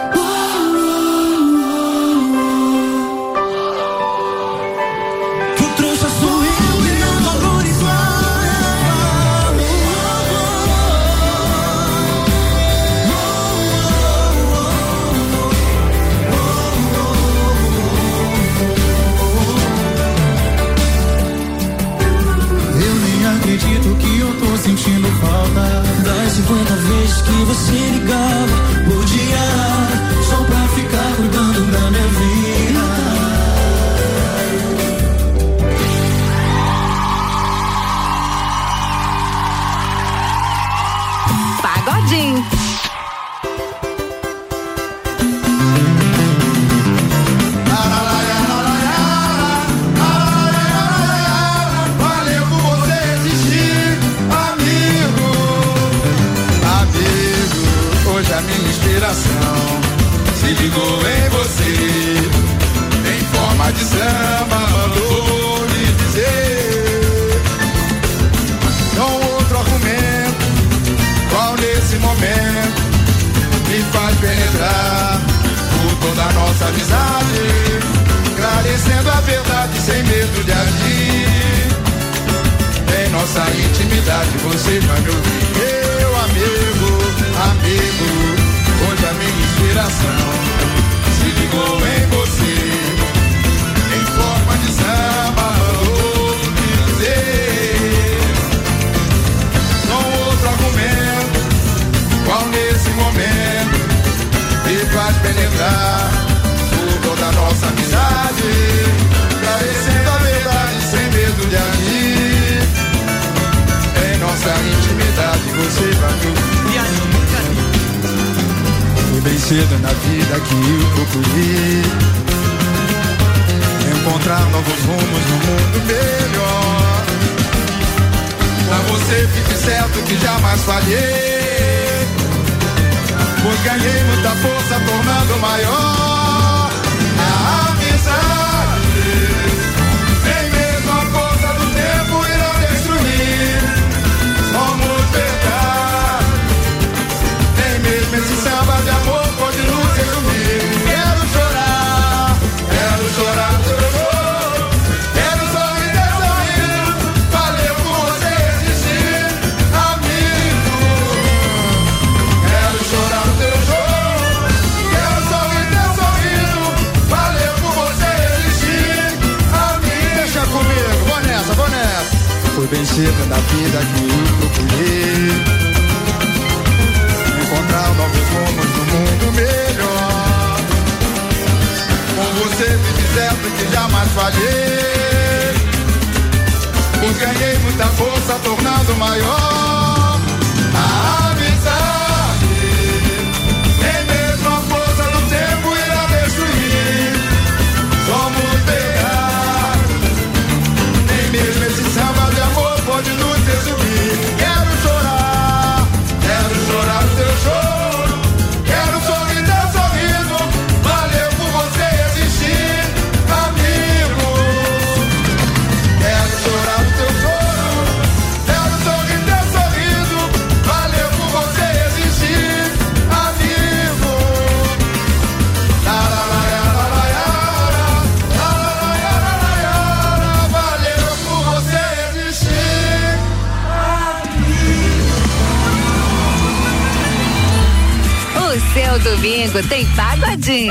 inspiração se ligou em você, em forma de samba, mandou lhe dizer. Com outro argumento, qual nesse momento me faz penetrar por toda a nossa amizade, esclarecendo a verdade sem medo de agir. Em nossa intimidade você vai me ouvir. Meu amigo, amigo, hoje a minha inspiração se ligou em você, em forma de samba, mandou me dizer. Com outro argumento, qual nesse momento me faz penetrar por toda a nossa amizade, esclarecendo a verdade sem medo de agir. Em nossa intimidade você vai me ouvir. Foi bem cedo na vida que eu procurei encontrar novos rumos no mundo melhor. Pra você fique certo que jamais falhei, pois ganhei muita força tornando maior a amizade. Nem mesmo a força do tempo irá destruir, somos verdade. Nem mesmo esse samba de amor pode nos resumir. Quero chorar, quero chorar do teu choro, quero sorrir teu sorriso, valeu por você existir, amigo. Quero chorar do teu choro, quero sorrir teu sorriso, valeu por você existir, amigo. Deixa comigo, vou nessa, vou nessa. Foi bem cedo na vida que eu procurei encontrar novos rumos no mundo melhor. Com você fique certo que jamais falhei, pois ganhei muita força tornando maior a amizade. Nem mesmo a força do tempo irá destruir, somos pegados. Nem mesmo esse samba de amor pode nos resumir. Quero chorar, quero chorar o teu choro, quero sorrir teu sorriso, valeu por você existir, amigo. Quero chorar o teu choro, quero sorrir teu sorriso, valeu por você existir, amigo. La la la la la la la la la la, valeu por você existir, O seu domingo tem pagodinho.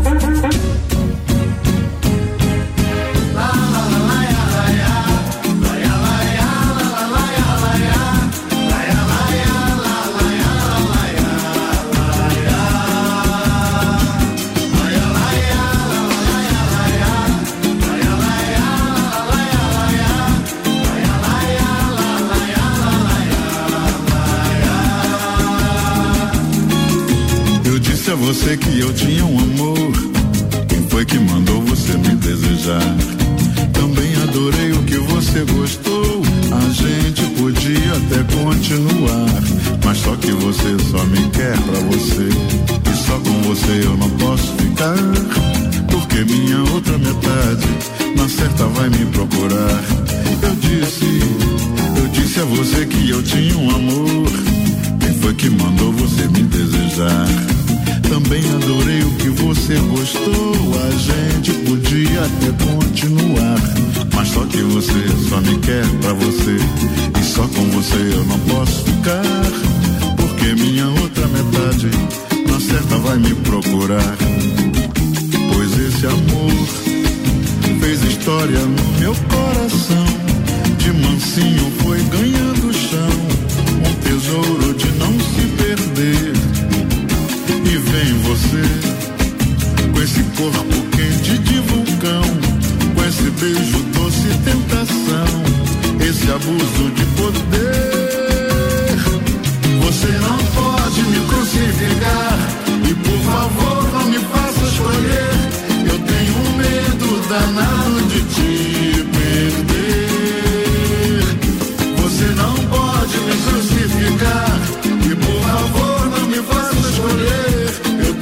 Eu disse a você que eu tinha um amor. Quem foi que mandou você me desejar? Também adorei o que você gostou. A gente podia até continuar, mas só que você só me quer pra você, e só com você eu não posso ficar, porque minha outra metade na certa vai me procurar. Eu disse, eu disse a você que eu tinha um amor. Quem foi que mandou você me desejar? Também adorei o que você gostou. A gente podia até continuar, mas só que você só me quer pra você, e só com você eu não posso ficar, porque minha outra metade na certa vai me procurar. Pois esse amor fez história no meu coração, de mansinho foi ganhando chão, um tesouro de não se perder. E vem você, com esse corpo quente de vulcão, com esse beijo doce tentação, esse abuso de poder. Você não pode me crucificar, e por favor não me faça escolher. Eu tenho medo danado de te perder. Você não pode me crucificar, e por favor não me faça escolher. Eu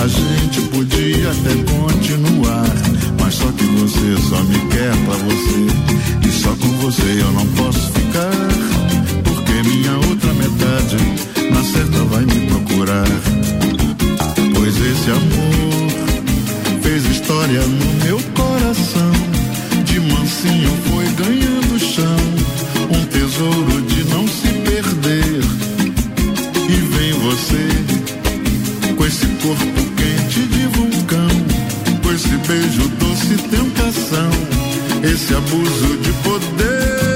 a gente podia até continuar, mas só que você só me quer pra você, e só com você eu não posso ficar, porque minha outra metade na certa vai me procurar. Pois esse amor fez história no meu coração, de mansinho foi ganhando chão, um tesouro de não se perder. E vem você com esse corpo quente de vulcão, com esse beijo doce tentação, esse abuso de poder.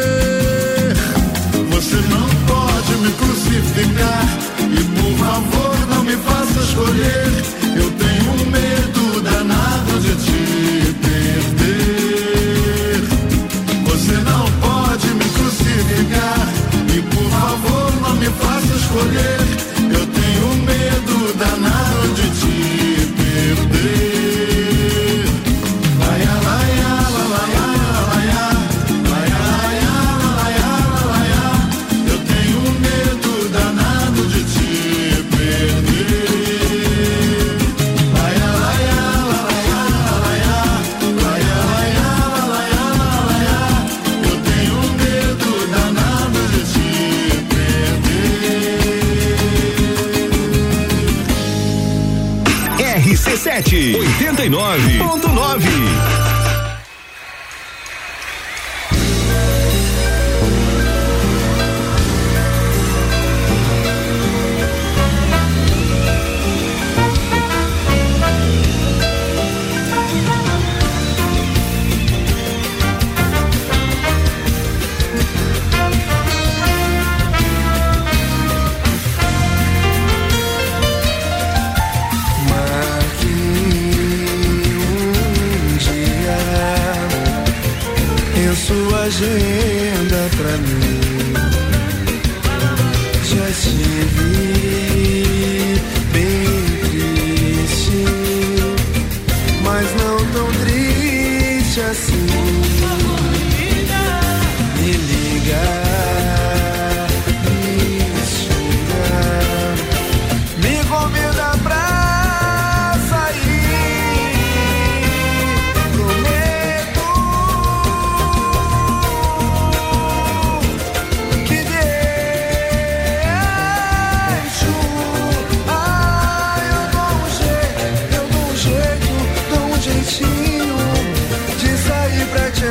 Você não pode me crucificar, e por favor não me faça escolher. Eu tenho medo danado de te perder. Você não pode me crucificar, e por favor não me faça escolher. Eu tenho medo danado de te perder. Laia, laia, laia, laia, laia, laia, laia, laia. Eu tenho medo danado de te perder. Laia, laia, laia, laia, laia, laia, laia, laia. Eu tenho medo danado de te perder. R C sete oitenta e nove ponto nove. Agenda pra mim, já te vi bem triste, mas não tão triste assim. Me liga, me xinga, me convida pra sair. De sair pra te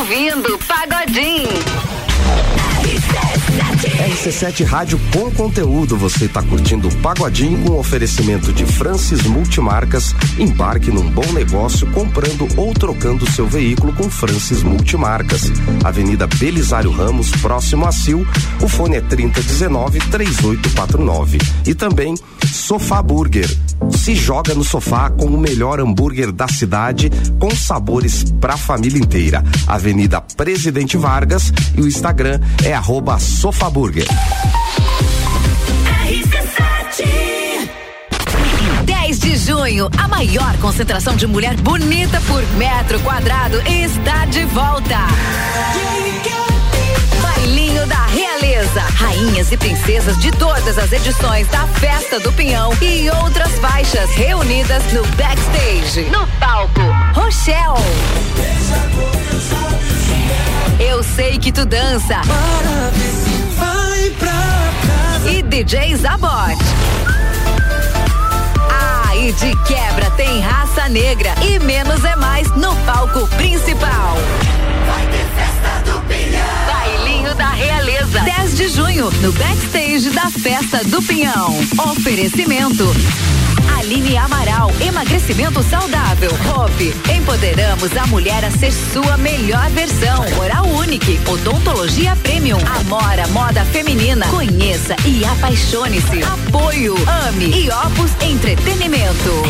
ouvindo Pagodinho. R C sete Rádio com conteúdo, você está curtindo o Pagodinho com oferecimento de Francis Multimarcas. Embarque num bom negócio comprando ou trocando seu veículo com Francis Multimarcas. Avenida Belisário Ramos, próximo a Sil. O fone é trinta dezenove, trinta e oito quarenta e nove. E também Sofá Burger. Se joga no sofá com o melhor hambúrguer da cidade, com sabores pra família inteira. Avenida Presidente Vargas e o Instagram é arroba Sofá Burger. dez de junho, a maior concentração de mulher bonita por metro quadrado está de volta. Bailinho da Realeza, rainhas e princesas de todas as edições da Festa do Pinhão e outras faixas reunidas no backstage. No palco, Rochelle. Eu sei que tu dança. E D J Zabot. Ah, e de quebra tem Raça Negra e Menos é Mais no palco principal. Vai ter Festa do Pinhão. Bailinho da Realeza, dez de junho, no backstage da Festa do Pinhão. Oferecimento Aline Amaral, emagrecimento saudável. Hope, empoderamos a mulher a ser sua melhor versão. Oral Unique, odontologia premium. Amora, moda feminina. Conheça e apaixone-se. Apoio, ame e Opus Entretenimento.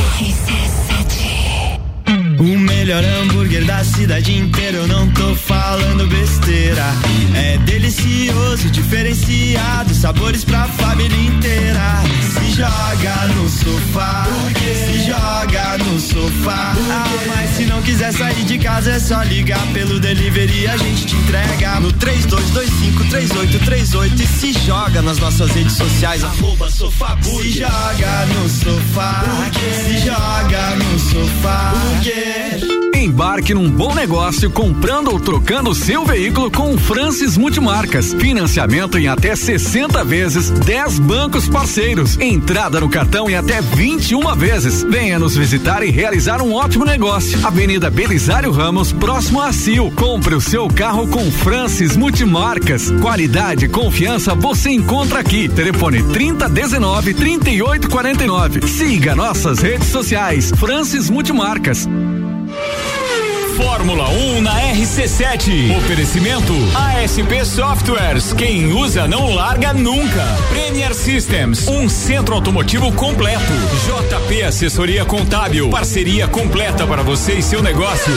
O melhor hambúrguer da cidade inteira, eu não tô falando besteira. É delicioso, diferenciado, sabores pra família inteira. Se joga no sofá, se joga no sofá. Ah, mas se não quiser sair de casa é só ligar pelo delivery, a gente te entrega no três dois dois cinco, três oito três oito e se joga nas nossas redes sociais, arroba Sofá Burger. Se joga no sofá, se joga no sofá. Embarque num bom negócio comprando ou trocando seu veículo com Francis Multimarcas. Financiamento em até sessenta vezes, dez bancos parceiros. Entrada no cartão em até vinte e uma vezes. Venha nos visitar e realizar um ótimo negócio. Avenida Belisário Ramos, próximo a Sil. Compre o seu carro com Francis Multimarcas. Qualidade e confiança você encontra aqui. Telefone trinta dezenove, trinta e oito quarenta e nove. Siga nossas redes sociais. Francis Multimarcas. Fórmula um na R C sete. Oferecimento A S P Softwares. Quem usa não larga nunca. Premier Systems, um centro automotivo completo. J P Assessoria Contábil, parceria completa para você e seu negócio.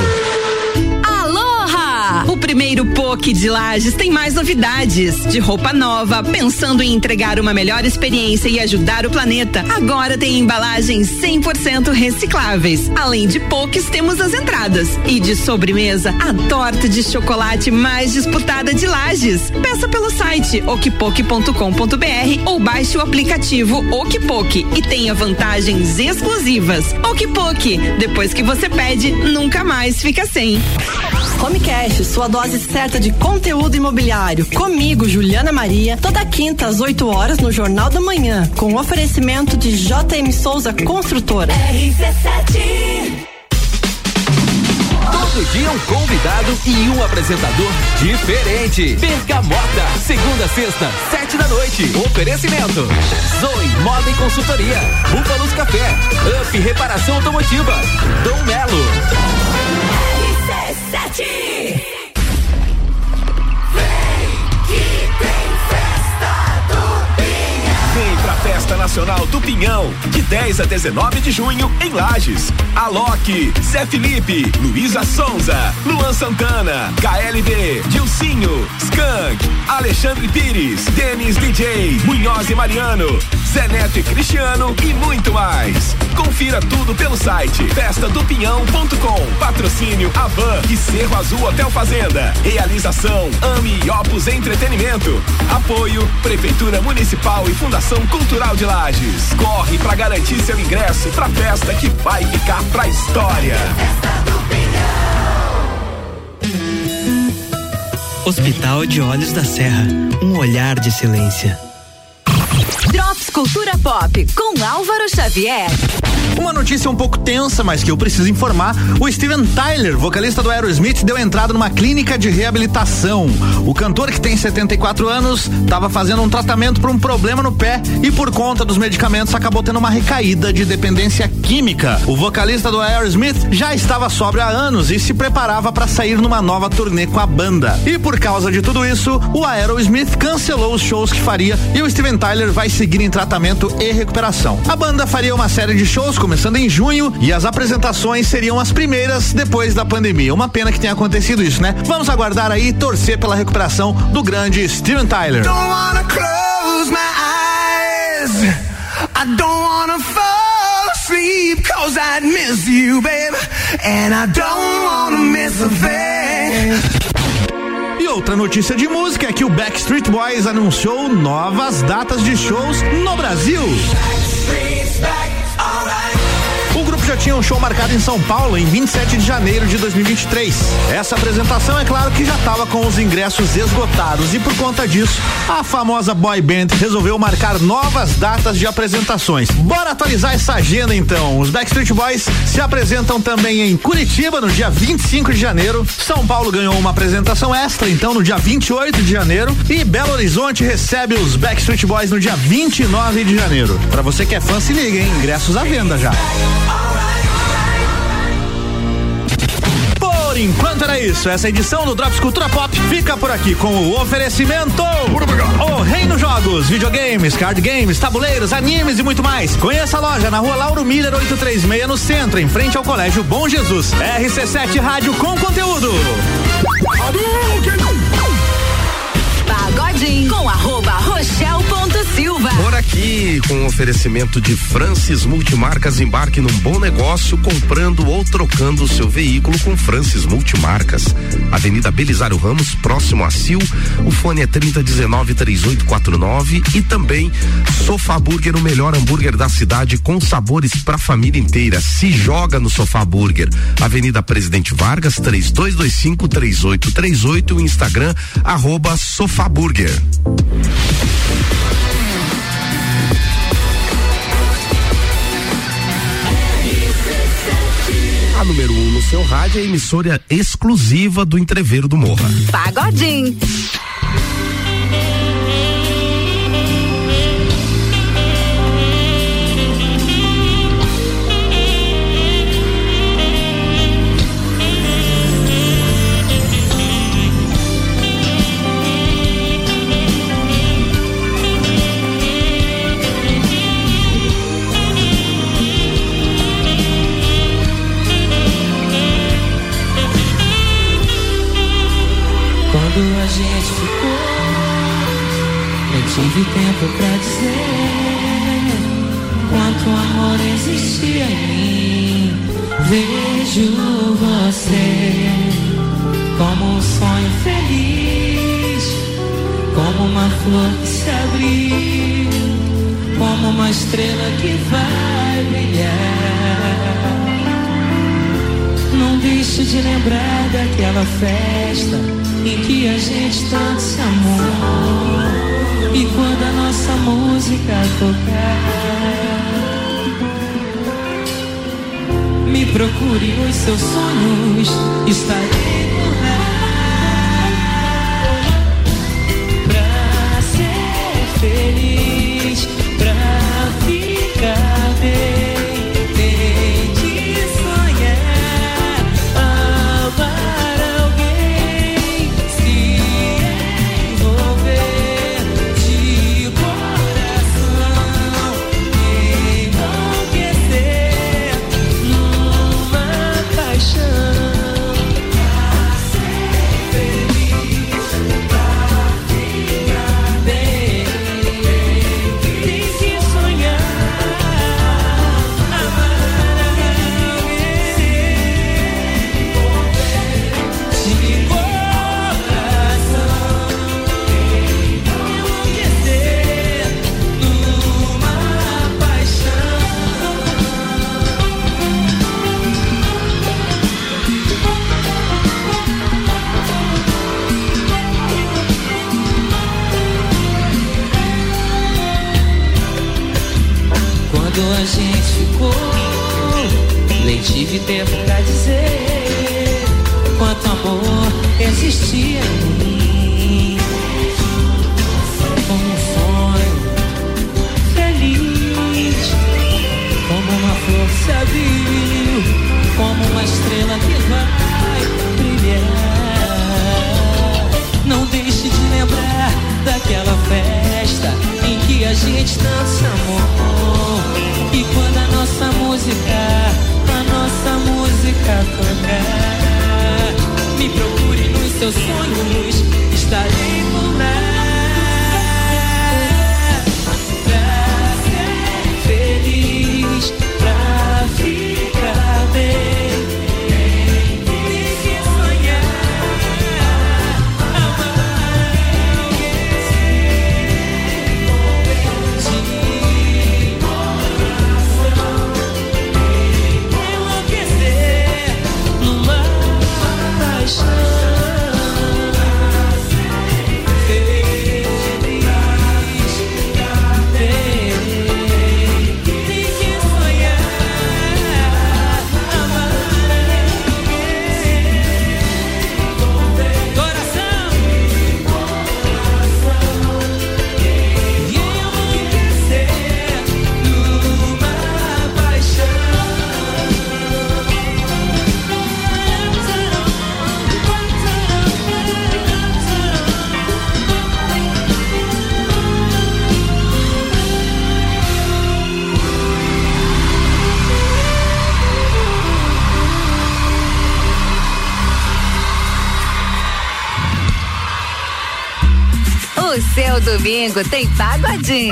O primeiro P O C de Lages tem mais novidades. De roupa nova, pensando em entregar uma melhor experiência e ajudar o planeta. Agora tem embalagens cem por cento recicláveis. Além de P O Cs, temos as entradas. E de sobremesa, a torta de chocolate mais disputada de Lages. Peça pelo site okpok ponto com ponto br ou baixe o aplicativo Okpok e tenha vantagens exclusivas. Okpok, depois que você pede, nunca mais fica sem. Homecast, sua dose certa de conteúdo imobiliário. Comigo, Juliana Maria, toda quinta às oito horas no Jornal da Manhã, com oferecimento de J M Souza Construtora. R C sete. Todo dia um convidado e um apresentador diferente. Bergamota, segunda a sexta, sete da noite. Oferecimento Zoe Moda e Consultoria, Búfalos Café, Up Reparação Automotiva, Dom Melo. R C sete. Vem pra Festa Nacional do Pinhão, de dez a dezenove de junho, em Lages. Alok, Zé Felipe, Luísa Sonza, Luan Santana, K L B, Dilcinho, Skank, Alexandre Pires, Denis D J, Munhoz e Mariano, Zé Neto e Cristiano e muito mais. Confira tudo pelo site festa do pinhão ponto com. Patrocínio Avan e Cerro Azul Hotel Fazenda. Realização Ame e Opus Entretenimento. Apoio Prefeitura Municipal e Fundação Cultural de Lages. Corre pra garantir seu ingresso pra festa que vai ficar pra história. Hospital de Olhos da Serra, um olhar de excelência. Drops Cultura Pop com Álvaro Xavier. Uma notícia um pouco tensa, mas que eu preciso informar. O Steven Tyler, vocalista do Aerosmith, deu entrada numa clínica de reabilitação. O cantor, que tem setenta e quatro anos, estava fazendo um tratamento para um problema no pé e, por conta dos medicamentos, acabou tendo uma recaída de dependência química. O vocalista do Aerosmith já estava sóbrio há anos e se preparava para sair numa nova turnê com a banda. E por causa de tudo isso, o Aerosmith cancelou os shows que faria e o Steven Tyler vai seguir em tratamento e recuperação. A banda faria uma série de shows começando em junho e as apresentações seriam as primeiras depois da pandemia. Uma pena que tenha acontecido isso, né? Vamos aguardar aí e torcer pela recuperação do grande Steven Tyler. Don't wanna close my eyes. I don't wanna fall asleep, cause I miss you, baby. And I don't wanna miss a thing. E outra notícia de música é que o Backstreet Boys anunciou novas datas de shows no Brasil. O grupo já tinha um show marcado em São Paulo em vinte e sete de janeiro de dois mil e vinte e três. Essa apresentação, é claro que já estava com os ingressos esgotados e, por conta disso, a famosa boy band resolveu marcar novas datas de apresentações. Bora atualizar essa agenda então. Os Backstreet Boys se apresentam também em Curitiba no dia vinte e cinco de janeiro. São Paulo ganhou uma apresentação extra então no dia vinte e oito de janeiro e Belo Horizonte recebe os Backstreet Boys no dia vinte e nove de janeiro. Pra você que é fã, se liga, hein? Ingressos à venda já. Por enquanto era isso. Essa edição do Drops Cultura Pop fica por aqui com o oferecimento O Reino Jogos, videogames, card games, tabuleiros, animes e muito mais. Conheça a loja na rua Lauro Miller oitocentos e trinta e seis no centro, em frente ao Colégio Bom Jesus. R C sete Rádio com conteúdo. Pagodinho com arroba Rochel ponto Silva. Por aqui, com o oferecimento de Francis Multimarcas, embarque num bom negócio comprando ou trocando o seu veículo com Francis Multimarcas. Avenida Belisário Ramos, próximo a Sil. O fone é trinta dezenove, trinta e oito quarenta e nove. E também Sofá Burger, o melhor hambúrguer da cidade com sabores pra família inteira. Se joga no Sofá Burger. Avenida Presidente Vargas, três dois dois cinco, três oito três oito. O Instagram, arroba Sofá Burger. A número um no seu rádio é a emissora exclusiva do Entreveiro do Morra. Pagodinho. Quando a gente ficou, eu tive tempo pra dizer quanto amor existia em mim. Vejo você como um sonho feliz, como uma flor que se abriu, como uma estrela que vai brilhar. Não deixe de lembrar daquela festa em que a gente tanto se amou. E quando a nossa música tocar, me procure nos seus sonhos, estarei por lá pra ser feliz, pra ficar bem. quando a gente ficou, nem tive tempo pra dizer quanto amor existia em mim. Como um sonho feliz, como uma flor que se abriu, como uma estrela que vai brilhar. Não deixe de lembrar daquela festa em que a gente tanto se amou. E quando a nossa música, a nossa música tocar, me procure nos seus sonhos, estarei por lá. Pra ser feliz, pra ficar bem. O seu domingo tem pagodinho.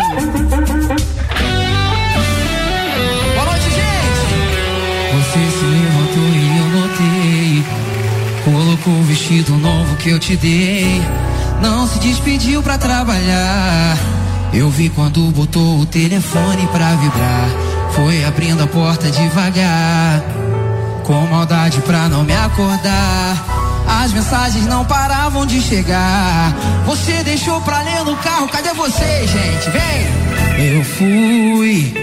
Boa noite, gente! Você se levantou e eu notei. Colocou o vestido novo que eu te dei. Não se despediu pra trabalhar. Eu vi quando botou o telefone pra vibrar. Foi abrindo a porta devagar, com maldade pra não me acordar. As mensagens não paravam de chegar. Você deixou pra ler no carro. Cadê você, gente? Vem! Eu fui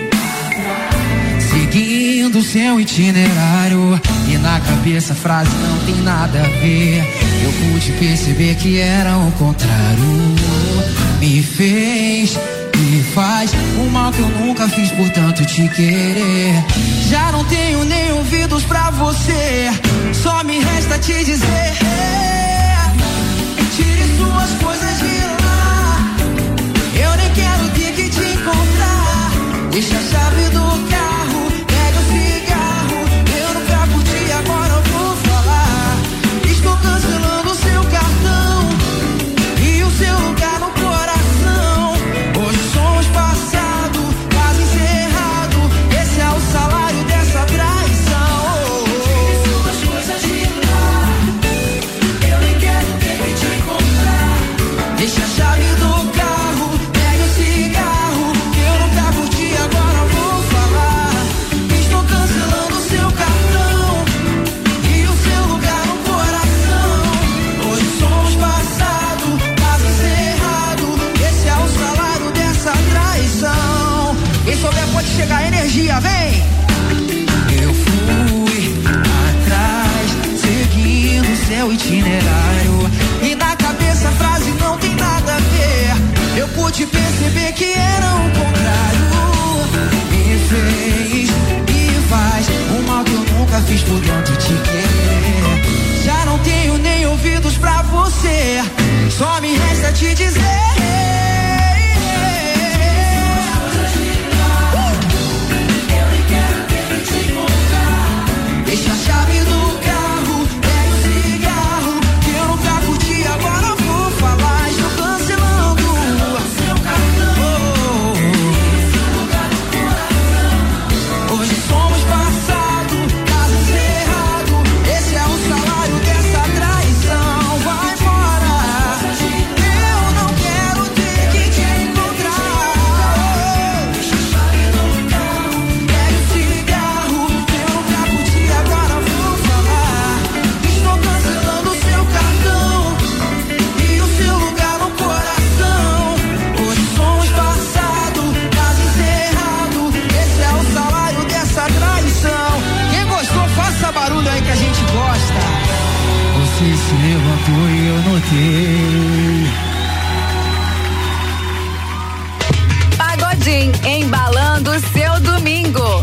seguindo seu itinerário, e na cabeça a frase não tem nada a ver. Eu pude perceber que era o contrário. Me fez, me faz o mal que eu nunca fiz por tanto te querer. Já não tenho nem ouvidos pra você, só me resta te dizer: tire suas coisas de lá. Eu nem quero ter que te encontrar. Deixa a chave do carro, pega o cigarro. Eu nunca curti, agora eu vou falar. Estou cancelando o seu cartão e o seu lugar no coração. Hoje somos passado, quase encerrado. Esse é o salário dessa traição. Tire suas coisas de lá. Eu nem quero ter que te encontrar. Deixa a chave do carro, pega o cigarro. Que eu nunca curti, agora eu vou falar. Estou cancelando o seu cartão e o seu lugar no coração. Hoje somos passado, quase encerrado. Esse é o salário dessa traição. Quem souber pode chegar a energia, vem! Eu fui atrás, seguindo seu itinerário, e na cabeça a frase não tem nada a ver. Eu pude perceber que era o contrário. Me fez, me faz o mal que eu nunca fiz por tanto te querer. Já não tenho nem ouvidos pra você, só me resta te dizer: deixa a chave do carro, pega o cigarro. Que eu nunca curti, agora eu vou falar. Estou cancelando o seu cartão. você se levantou e eu notei. Pagodinho, embalando o seu domingo.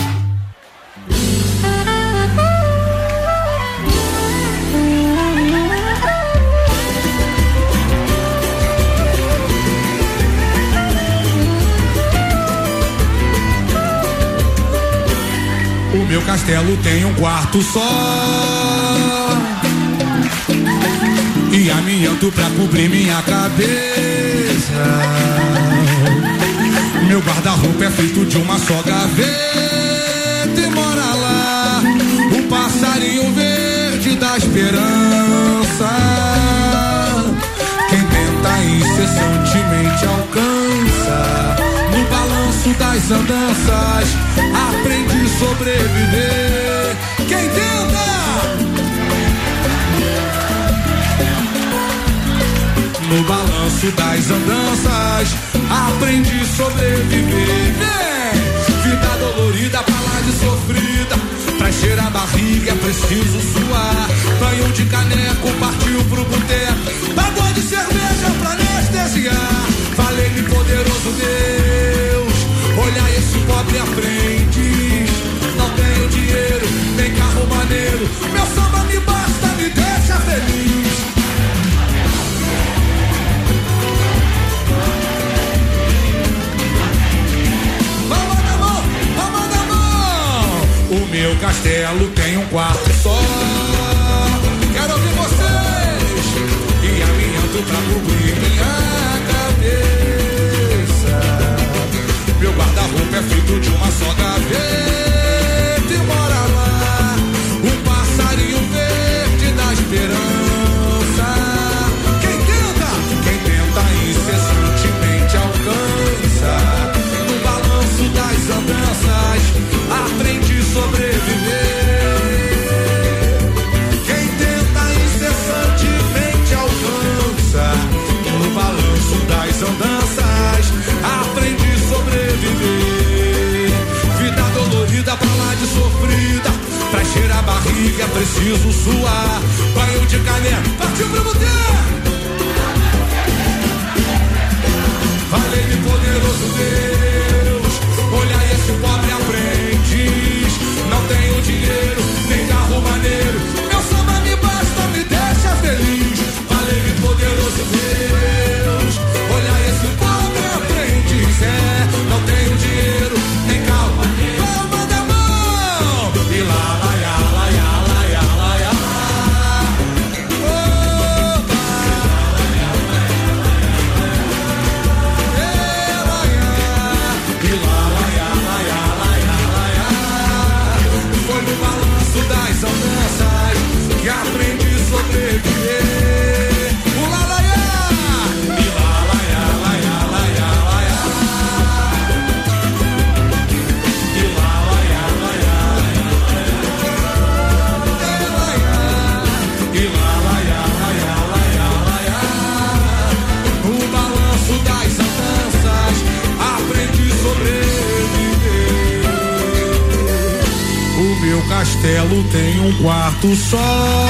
O meu castelo tem um quarto só e amianto pra cobrir minha cabeça. Meu guarda-roupa é feito de uma só gaveta e mora lá o passarinho verde da esperança. Quem tenta incessantemente alcança. No balanço das andanças aprendi a sobreviver. Quem tenta? No balanço das andanças aprendi a sobreviver. Vem! Vida dolorida, pra lá de sofrida. Pra encher a barriga é preciso suar. Banho de caneco, partiu pro boteco. Pagou de cerveja pra anestesiar. Falei-me poderoso Deus, olha esse pobre aprendiz. Não tenho dinheiro, nem carro maneiro. Meu samba me basta, me deixa feliz. Palma na mão, palma na mão. O meu castelo tem um quarto só. Quero ouvir vocês. E amianto pra cobrir minha meu guarda-roupa é feito de uma só gaveta e mora lá um passarinho verde da esperança. Quem tenta, quem tenta incessantemente alcança. No balanço das andanças aprende a sobreviver. Quem tenta incessantemente alcança. No balanço das andanças aprendi a sobreviver. Vida dolorida, pra lá de sofrida. Pra encher a barriga é preciso suar. Banho de caneco, partiu pro boteco. Falei-me poderoso Deus, olha esse pobre aprendiz. Não tenho dinheiro, nem carro maneiro. Meu samba me basta, me deixa feliz. Falei-me poderoso Deus, olha esse pobre aprendiz. É, não tenho dinheiro, nem carro maneiro. Palma da mão. E lá, lá, lá, lá, lá, lá, lá, lá. Das andanças que aprendi a sobreviver. O lalaiá e lalaiá, laiá, laiá, laiá. E lalaiá, laiá, laiá. E lalaiá, laiá, laiá, laiá. O balanço das andanças aprendi a sobreviver. O meu castelo tem um quarto só.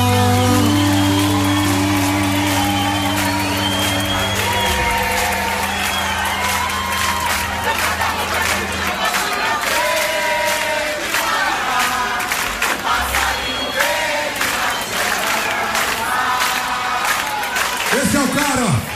Esse é o cara.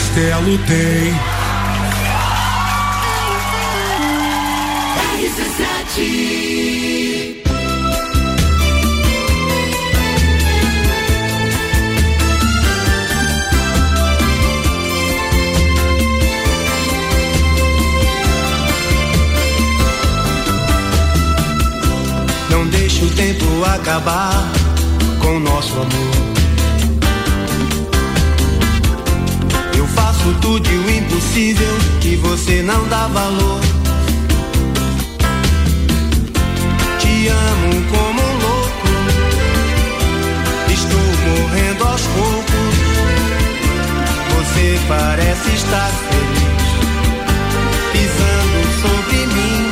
castelo tem. R C sete. Não deixe o tempo acabar com nosso amor. Eu faço tudo e o impossível que você não dá valor. Te amo como um louco, estou morrendo aos poucos. Você parece estar feliz, pisando sobre mim.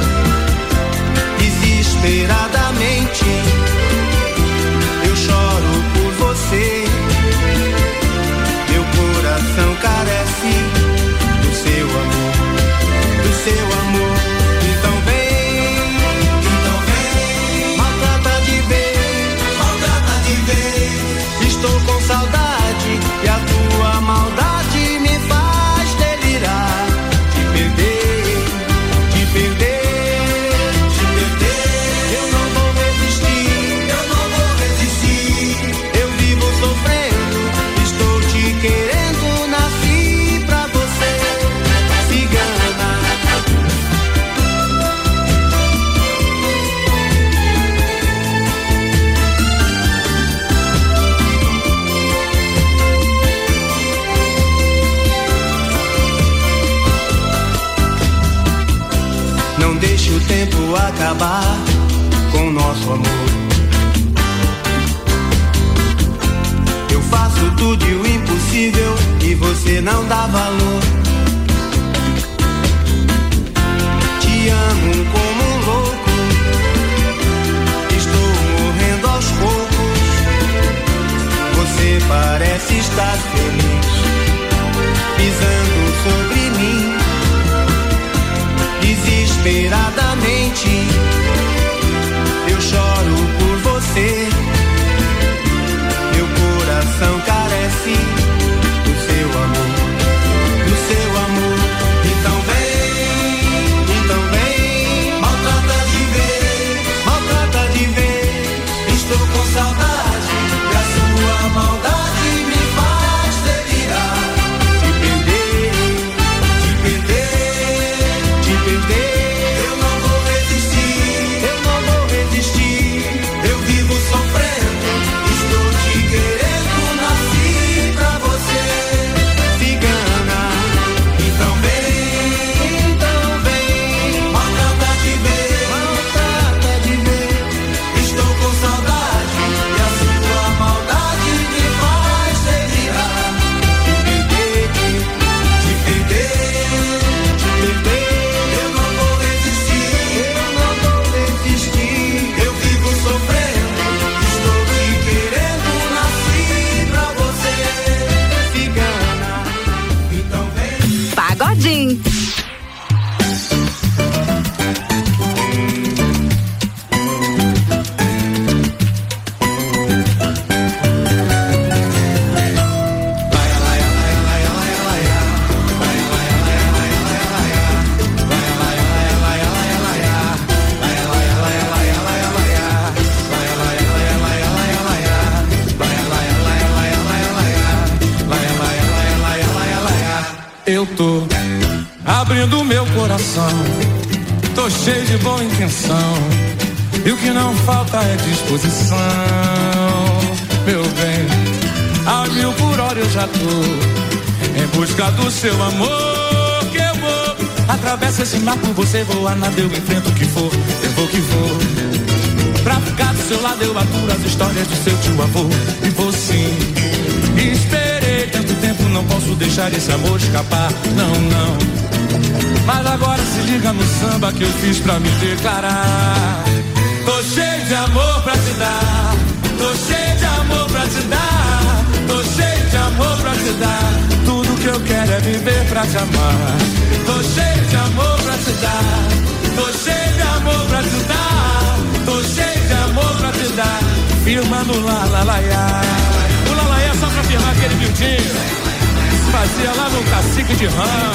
Desesperadamente eu choro por você. Meu coração carece do seu amor, do seu amor. Então vem, então vem, maltrata de vez, maltrata de vez. Estou com saudade e a tua maldade me faz delirar. Te perder, te perder. Não deixe o tempo acabar com nosso amor. Eu faço tudo e o impossível e você não dá valor. Te amo como um louco, estou morrendo aos poucos. Você parece estar feliz, pisando sobre mim. Desesperadamente eu choro por você. Meu coração carece do seu amor, do seu amor. Então vem, então vem, maltrata de vez, maltrata de vez. Estou com saudade e a sua maldade me faz delirar. Te perder, te perder, te perder. Eu não vou resistir, eu não vou resistir. Eu vivo sofrendo, estou te querendo, nasci pra você. Cigana, então vem, então vem, maltrata de vez, maltrata de vez. Estou com saudade e a sua maldade me faz delirar. Te perder, te perder, te perder. Eu não vou resistir, eu não vou resistir. Eu vivo sofrendo, estou te querendo, nasci pra você. Cigana, então vem. Pagodinho. Eu tô abrindo meu coração, tô cheio de boa intenção, e o que não falta é disposição. Meu bem, a mil por hora eu já tô em busca do seu amor. Que eu vou, atravesso esse mar por você, voar nada, eu enfrento o que for, eu vou que vou. Pra ficar do seu lado eu aturo as histórias do seu tio avô. E vou sim, esperei tanto tempo, não posso deixar esse amor escapar, não, não. Mas agora se liga no samba que eu fiz pra me declarar. Tô cheio de amor pra te dar, tô cheio de amor pra te dar, tô cheio de amor pra te dar. Tudo que eu quero é viver pra te amar. Tô cheio de amor pra te dar, tô cheio de amor pra te dar, tô cheio de amor pra te dar. Firmando lá, lá, lá, lá. O lá, lá é só pra firmar aquele miudinho. fazia lá no Cacique de Rã.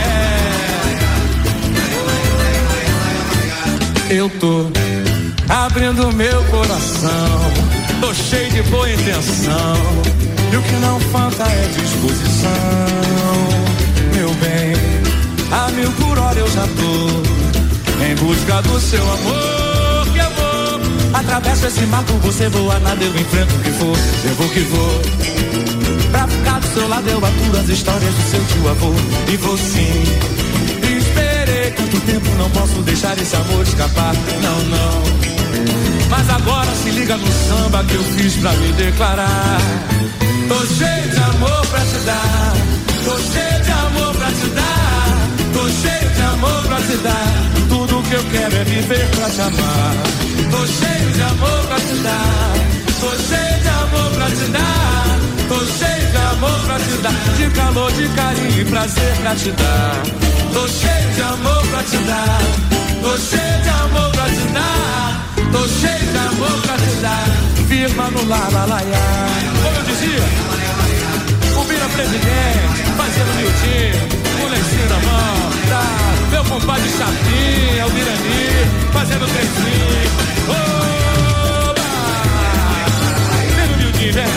É. Eu tô abrindo meu coração, tô cheio de boa intenção, e o que não falta é disposição. Meu bem, a mil por hora eu já tô em busca do seu amor, que amor. Atravesso esse mato, você voa, nada, eu enfrento o que for, eu vou que vou. Pra ficar do seu lado eu aturo as histórias do seu tio avô, e vou sim. Esperei tanto tempo, não posso deixar esse amor escapar, não, não. Mas agora se liga no samba que eu fiz pra me declarar. Tô cheio de amor pra te dar, tô cheio de amor pra te dar, tô cheio de amor pra te dar. Tudo que eu quero é viver pra te amar. Tô cheio de amor pra te dar, tô cheio de amor pra te dar, tô cheio de amor pra te dar, de calor, de carinho e prazer pra te dar. Tô cheio de amor pra te dar, tô cheio de amor pra te dar, tô cheio de amor pra te dar. Firma no lá, lá, lá, lá. Como eu dizia, o Bira presidente, fazendo miudinho, com o lencinho na mão, tá? Meu compadre Chapinha, o Birani, fazendo trenzinho. Oba! Vem no miudinho, vem.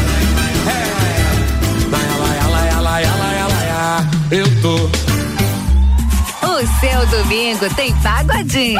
É. Laia, laia, laia, laia, laia, laia. Eu tô. O seu domingo tem pagodinho.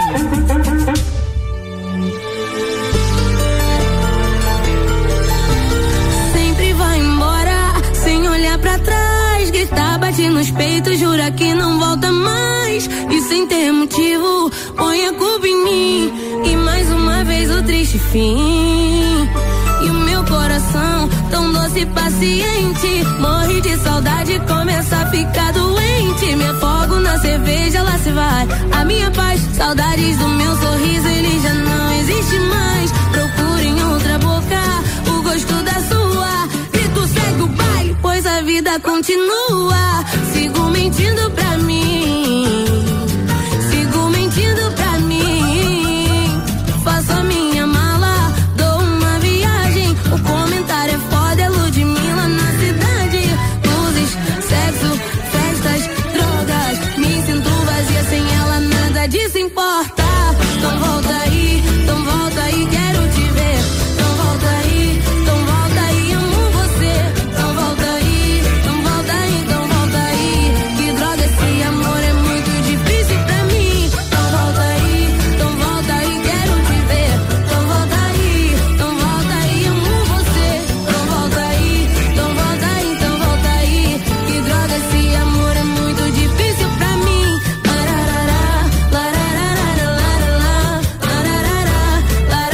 Sempre vai embora, sem olhar pra trás. Gritar, bate nos peitos, jura que não volta mais. E sem ter motivo, põe a culpa em mim. E mais uma vez o triste fim. E o meu coração, tão doce e paciente, morre de saudade, começa a ficar doente. Me afogo na cerveja, lá se vai a minha paz. Saudades do meu sorriso, ele já não existe mais. Procura em outra boca o gosto da sua. E tu segue o baile, pois a vida continua. Sigo mentindo pra mim, sigo mentindo pra mim. Faço a minha mala, dou uma viagem. O comentário é foda, é Ludmilla na cidade. Luzes, sexo, festas, drogas. Me sinto vazia sem ela, nada disso importa. Então volta aí, então volta aí, quero te ver. Então volta aí, então volta aí, amo você. Então volta aí, então volta aí, então volta aí. Que droga, esse amor é muito difícil pra mim. Então volta aí, então volta aí, quero te ver. Então volta aí, então volta aí, amo você. Então volta aí, então volta aí, então volta aí. Que droga, esse amor é muito difícil pra mim. Lararara, lararara, lararara, lararara,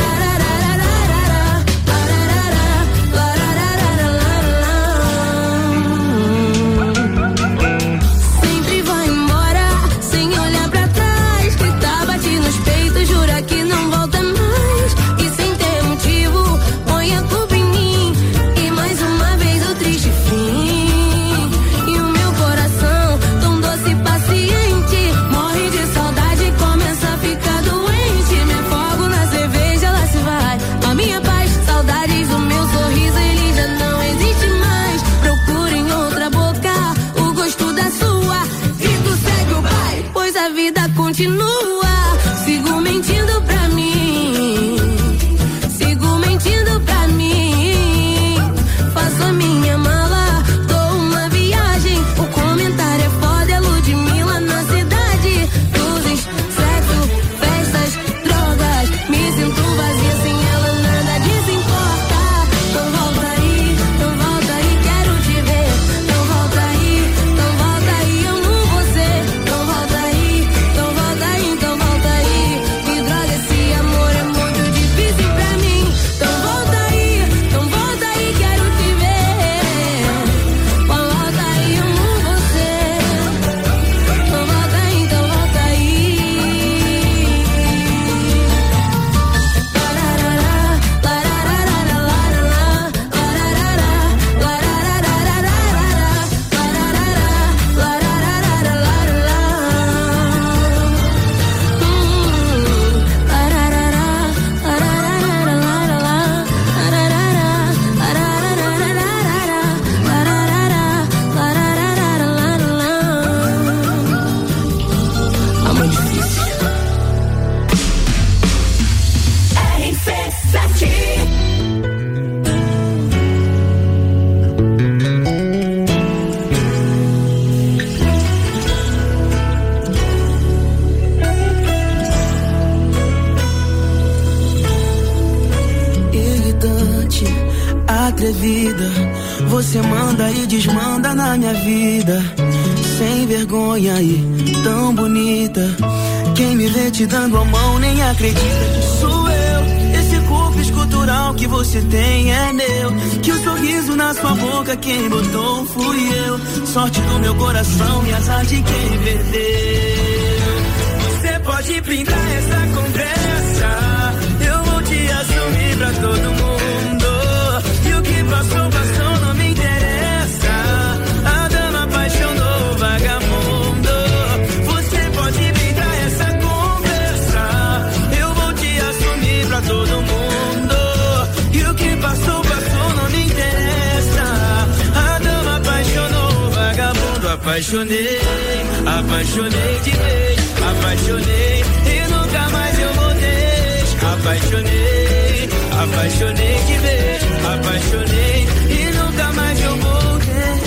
sempre vai embora, sem olhar pra trás. Grita, bate nos peitos, jura que não volta mais. E sem ter motivo, põe a culpa em mim. E mais uma vez o triste fim. E o meu coração, tão doce e paciente, morre de saudade, começa a ficar doente. Me afogo na cerveja, lá se vai a minha paz. Saudades do meu sorriso, ele já não existe mais. Procura em outra boca o gosto da sua. E tu segue o baile, pois a vida continua. Sigo mentindo pra mim, sigo mentindo pra mim. Faço a minha mala, dou uma viagem. O comentário é foda, é Ludmilla na cidade. Luzes, sexo, festas, drogas. Me sinto vazia sem ela, nada disso importa. Então volta aí, então volta aí, quero te ver. Então volta aí, então volta aí, amo você. Então volta aí, então volta aí, então atrevida, você manda e desmanda na minha vida. Sem vergonha e tão bonita, quem me vê te dando a mão nem acredita que sou eu. Esse corpo escultural que você tem é meu, que o sorriso na sua boca quem botou fui eu. Sorte do meu coração e azar de quem perdeu. Você pode pintar essa conversa, eu vou te assumir pra todo mundo. E o que passou, passou, não me interessa. A dama apaixonou o vagabundo. Você pode pintar essa conversa, eu vou te assumir pra todo mundo. E o que passou, passou, não me interessa. A dama apaixonou o vagabundo. Apaixonei, apaixonei de vez. Apaixonei e nunca mais eu voltei. Apaixonei, apaixonei de vez. Apaixonei e nunca mais eu voltei.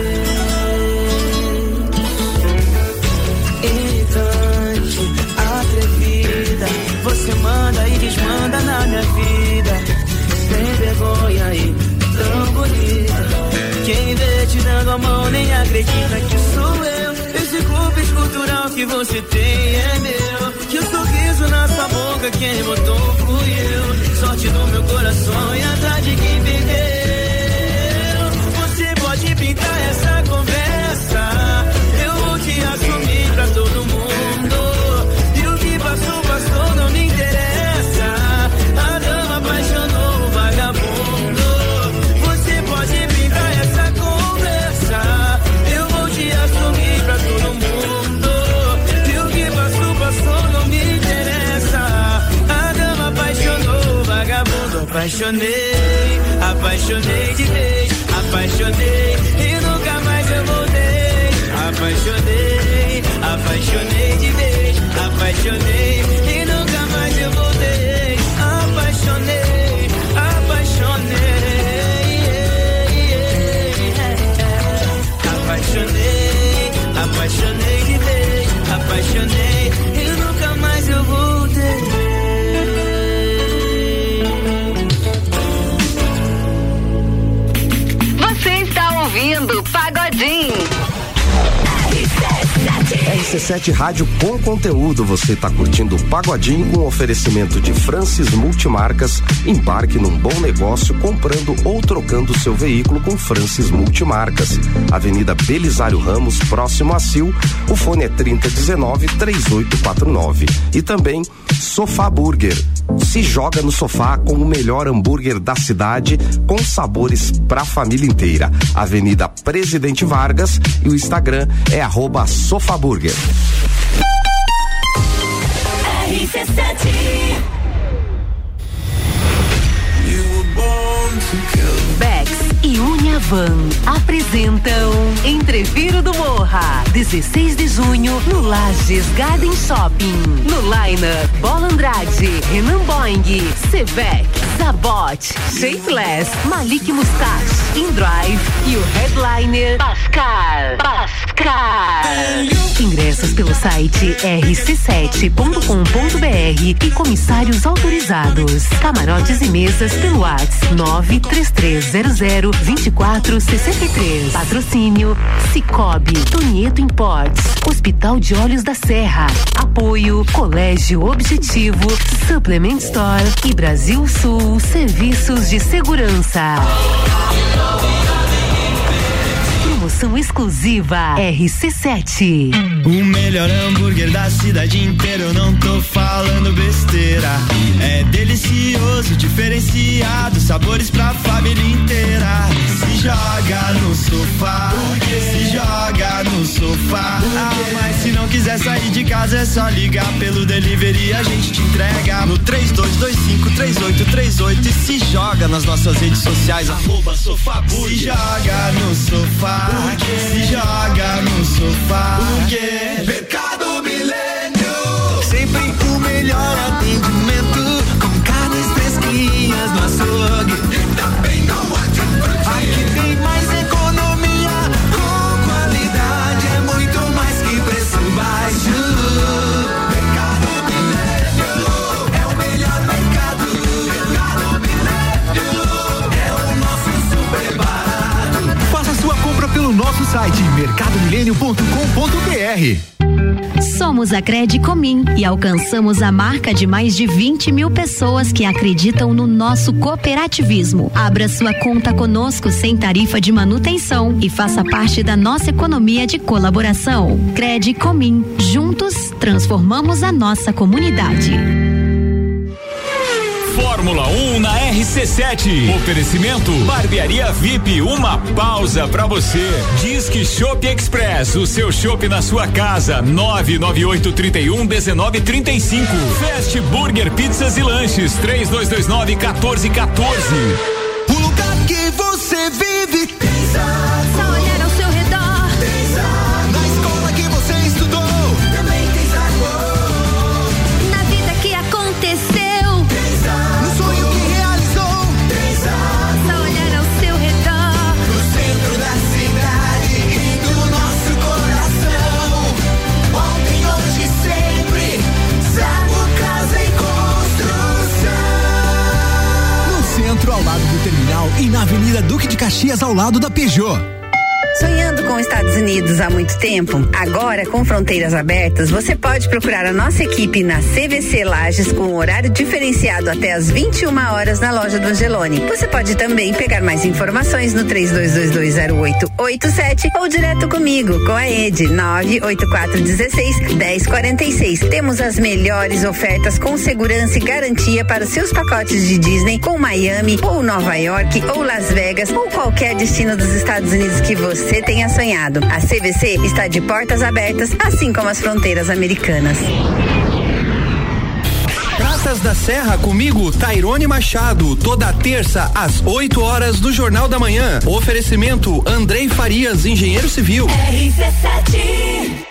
Irritante, atrevida, você manda e desmanda na minha vida. Sem vergonha e tão bonita, quem vê te dando a mão nem acredita que sou eu. Esse corpo escultural que você tem é meu, que o sorriso na sua boca quem botou fui eu. Sorte do meu coração e atrás de quem perdeu. Você pode pintar essa conversa, eu vou te assumir pra todo mundo. E o que passou, passou, não me interessa. A dama apaixonou o vagabundo. Você pode pintar essa conversa, eu vou te assumir pra todo mundo. E o que passou, passou, não me interessa. A dama apaixonou o vagabundo. Apaixonei, apaixonei de vez. Apaixonei e nunca mais eu voltei. Apaixonei, apaixonei de vez. Apaixonei e nunca mais eu voltei. Apaixonei, apaixonei. Apaixonei, apaixonei de vez. Apaixonei e nunca mais eu voltei. Você está ouvindo Pagodinho. R C sete Rádio com conteúdo, você está curtindo o Pagodinho com oferecimento de Francis Multimarcas. Embarque num bom negócio comprando ou trocando seu veículo com Francis Multimarcas. Avenida Belisário Ramos, próximo a Sil. O fone é trinta dezenove, trinta e oito quarenta e nove. E também Sofá Burger. Se joga no sofá com o melhor hambúrguer da cidade, com sabores pra família inteira. Avenida Presidente Vargas e o Instagram é arroba sofaburger. R C sete. Bex e Uniavan apresentam Entreviro do Morra, dezesseis de junho, no Lages Garden Shopping. No Line-up, Bola Andrade, Renan Boing, Sevec, Zabot, Shapeless, Malik Mustache, InDrive e o headliner Pascal. Pascal. Ingressos pelo site r c sete ponto com ponto b r e comissários autorizados. Camarotes e mesas pelo WhatsApp nove três três zero zero dois quatro seis três. Patrocínio Cicobi, Tonieto Imports, Hospital de Olhos da Serra. Apoio Colégio Objetivo, Supplement Store e Brasil Sul Serviços de Segurança. Promoção exclusiva R C sete. O melhor hambúrguer da cidade inteira, eu não tô falando besteira. É delicioso, diferenciado, sabores pra família inteira. Se joga no sofá, se joga no sofá. Ah, mas se não quiser sair de casa é só ligar pelo delivery, a gente te entrega no três dois dois cinco, três oito três oito e se joga nas nossas redes sociais, arroba Sofaburger. Se joga no sofá, se joga no sofá. Mercado Milênio, sempre o melhor atendimento, com carnes fresquinhas no açougue e também no hortifruti. Aqui tem mais economia, com qualidade, é muito mais que preço baixo. Mercado Milênio é o melhor mercado. Mercado Milênio é o nosso super. convênio ponto com ponto br. Somos a Credicomim e alcançamos a marca de mais de vinte mil pessoas que acreditam no nosso cooperativismo. Abra sua conta conosco sem tarifa de manutenção e faça parte da nossa economia de colaboração. Credicomim, juntos transformamos a nossa comunidade. Fórmula um na R C sete. Oferecimento Barbearia V I P, uma pausa pra você. Disque Shop Express, o seu shopping na sua casa. nove nove oito, trinta e um, dezenove, trinta e cinco. Fast Burger Pizzas e Lanches, três dois dois nove, quatorze, quatorze. O lugar que você vive pensa. Só olhar ao seu redor. Pensa. Na escola que você estudou. Também tem sabor. Na vida que aconteceu. No sonho que realizou. Pensa. Só olhar ao seu redor. No centro da cidade e do nosso coração. Ontem, hoje, sempre. Zago Casa e Construção. No centro, ao lado do terminal e na Avenida Duque de Caxias, ao lado da Peugeot. Sonhando com os Estados Unidos há muito tempo? Agora, com fronteiras abertas, você pode procurar a nossa equipe na C V C Lages com horário diferenciado até às vinte e uma horas na loja do Angelone. Você pode também pegar mais informações no três dois dois dois, zero oito oito sete ou direto comigo, com a Ed, nove oito quatro um seis, um zero quatro seis. Temos as melhores ofertas com segurança e garantia para os seus pacotes de Disney com Miami ou Nova York ou Las Vegas ou qualquer destino dos Estados Unidos que você Você tenha sonhado. A C V C está de portas abertas, assim como as fronteiras americanas. Praças da Serra comigo, Tairone Machado, toda terça às oito horas do Jornal da Manhã. Oferecimento Andrei Farias, engenheiro civil. R C sete.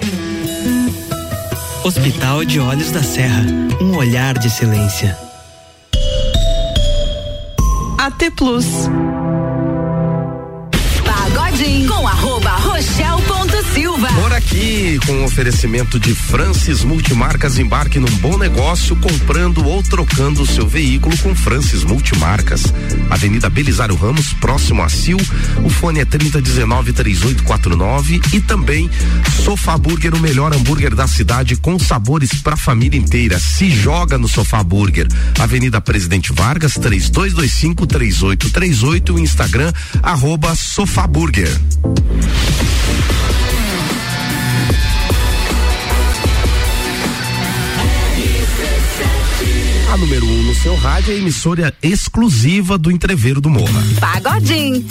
Hospital de Olhos da Serra, um olhar de excelência. A T Plus. Com arroba Rochel ponto Silva. Por aqui, com o oferecimento de Francis Multimarcas, embarque num bom negócio comprando ou trocando o seu veículo com Francis Multimarcas. Avenida Belisário Ramos, próximo a Sil. O fone é trinta, dezenove, trinta e oito quarenta e nove. E também Sofá Burger, o melhor hambúrguer da cidade com sabores pra família inteira. Se joga no Sofá Burger. Avenida Presidente Vargas, três dois dois cinco, três oito três oito. Instagram, arroba Sofá Burger. A número um no seu rádio é a emissora exclusiva do Entreveiro do Morra. Pagodinho.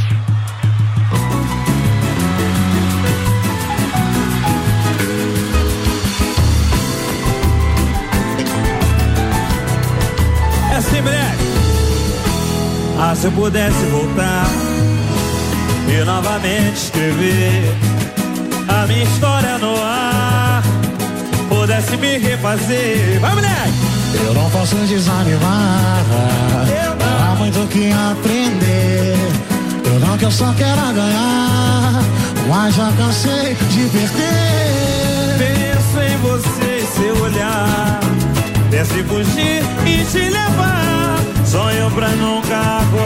É assim, breve. Ah, se eu pudesse voltar e novamente escrever a minha história no ar, pudesse me refazer. Vai, moleque! Eu não posso desanimar, eu não. Há muito que aprender. Eu não que eu só quero ganhar, mas já cansei de perder. Penso em você, seu olhar, desce fugir e te levar. Sonho pra nunca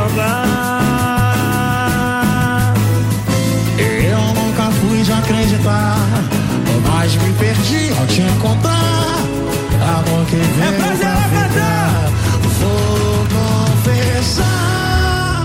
acordar. Eu nunca fui de acreditar, mas me perdi ao te encontrar. Amor que veio é pra ficar. Vou confessar,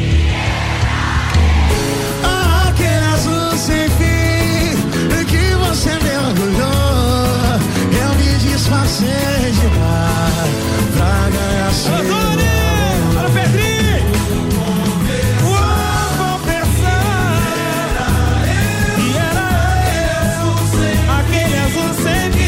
aquele azul sem fim que você mergulhou, eu me disfarcei demais pra ganhar seu amor. Olha o Pedrinho! Vou confessar, e era eu, aquele azul sem fim.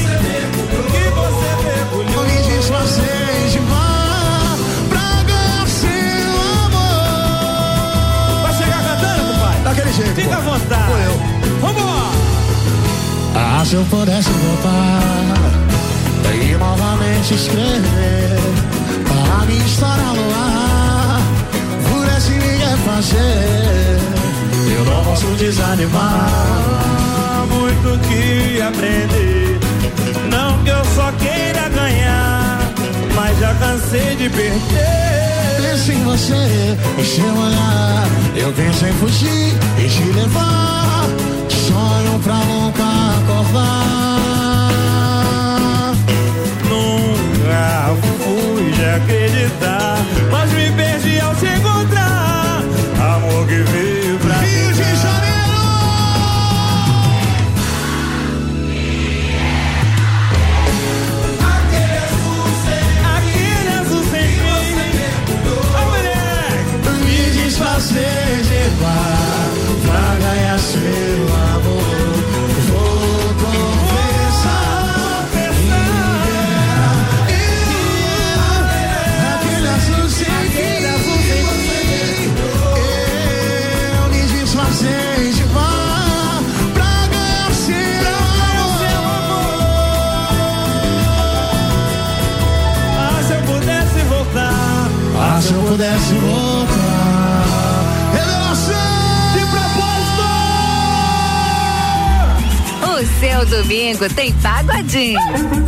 Disfarcei demais pra ganhar seu amor. Vai chegar cantando, pai? Daquele jeito. Fica à vontade. Vou eu. Vambora! Ah, se eu pudesse voltar e novamente escrever para minha história no ar, pudesse me refazer, eu não posso desanimar. Muito que aprender, não que eu só queira ganhar, mas já cansei de perder. penso em você, em seu olhar. Eu penso em fugir e te levar. Sonho pra nunca acordar. Nunca fui de acreditar, mas me perdi ao te encontrar. Amor que veio pra Rio de Janeiro. Aquele azul sem Aquele azul sem fim. Me desfazer de bar pra ganhar seu amor. Vou confessar. Aquele azul sem fim. Eu me desfazer de bar pra ganhar seu amor. Ah, se eu pudesse voltar. Ah, se eu pudesse voltar. Revelação de propósito. O seu domingo tem pagodinho.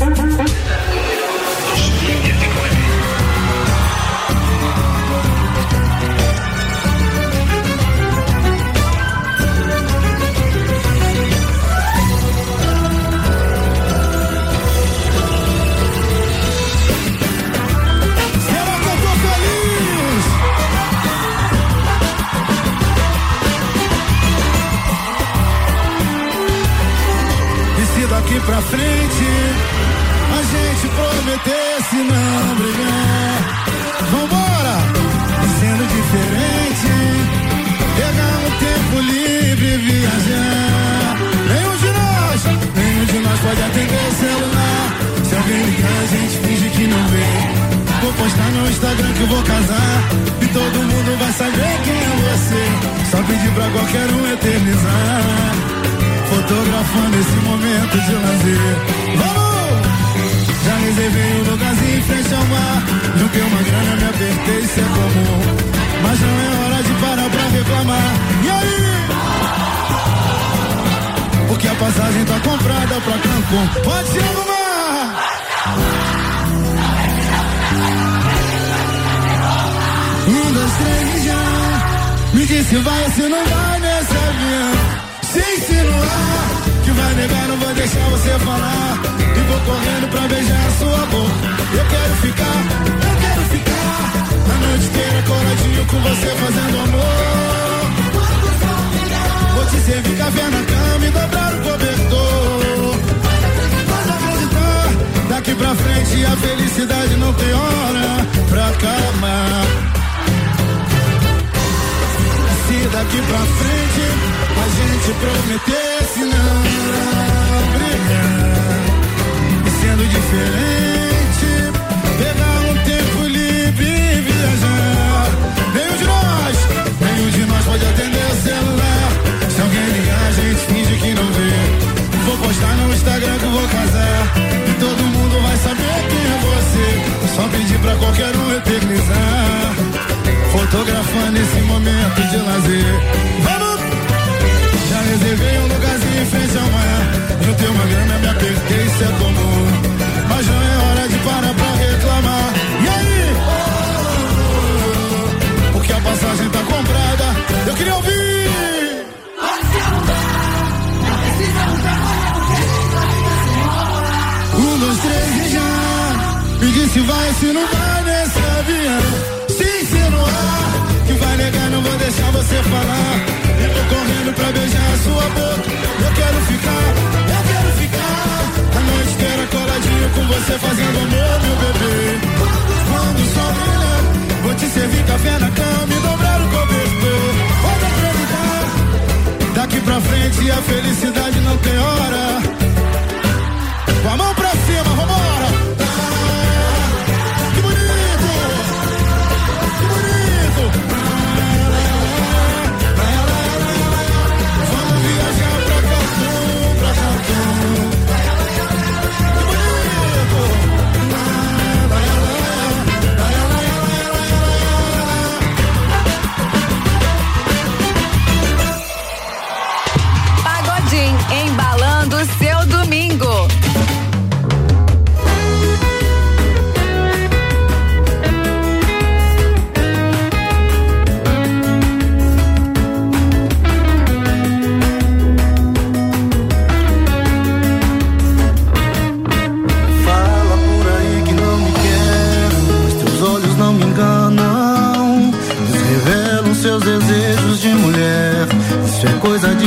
Daqui pra frente a gente prometesse não brigar. Vambora, sendo diferente, pegar um tempo livre e viajar. Nenhum de nós, nenhum de nós pode atender o celular. Se alguém ligar a gente finge que não vê. Vou postar no Instagram que vou casar e todo mundo vai saber quem é você. Só pedir pra qualquer um eternizar, fotografando esse momento de lazer. Vamos! Já reservei um lugarzinho em frente ao mar. Juntei uma grana, me apertei, isso é comum. Mas não é hora de parar pra reclamar. E aí? Porque a passagem tá comprada pra Cancún. Pode ser no mar! Um, dois, três, já. Me disse vai ou se não vai nesse avião. Se insinuar que vai negar, não vou deixar você falar. E vou correndo pra beijar a sua boca. Eu quero ficar, eu quero ficar a noite inteira coladinho com você fazendo amor. Vou te servir café na cama e dobrar o cobertor. Pode acreditar, daqui pra frente a felicidade não tem hora pra acabar. Se daqui pra frente a gente prometesse não brigar, e sendo diferente, pegar um tempo livre e viajar. Nenhum de nós, nenhum de nós pode atender o celular. Se alguém ligar, a gente finge que não vê. Vou postar no Instagram que eu vou casar e todo mundo vai saber quem é você. Só pedir pra qualquer um eternizar, fotografando esse momento de lazer. Vamos! Já reservei um lugarzinho em frente ao mar. Juntei uma grana, me apertei, isso é comum. Mas não é hora de parar pra reclamar. E aí? Porque a passagem tá comprada. Eu queria ouvir. Um, dois, três e já. Me disse vai, se não vai nesse avião. Se insinuar que vai negar, não vou deixar você falar. Eu tô correndo pra beijar a sua boca. Eu quero ficar, eu quero ficar a noite inteira coladinho com você fazendo amor, meu bebê. Quando o sol brilha, vou te servir café na cama e dobrar o cobertor. Pode acreditar, daqui pra frente a felicidade não tem hora. Com a mão pra cima, vambora! Que bonito! Que bonito! Vamos viajar pra Cancún, pra Cancún. Que bonito! Pagodinho embalando o seu domingo.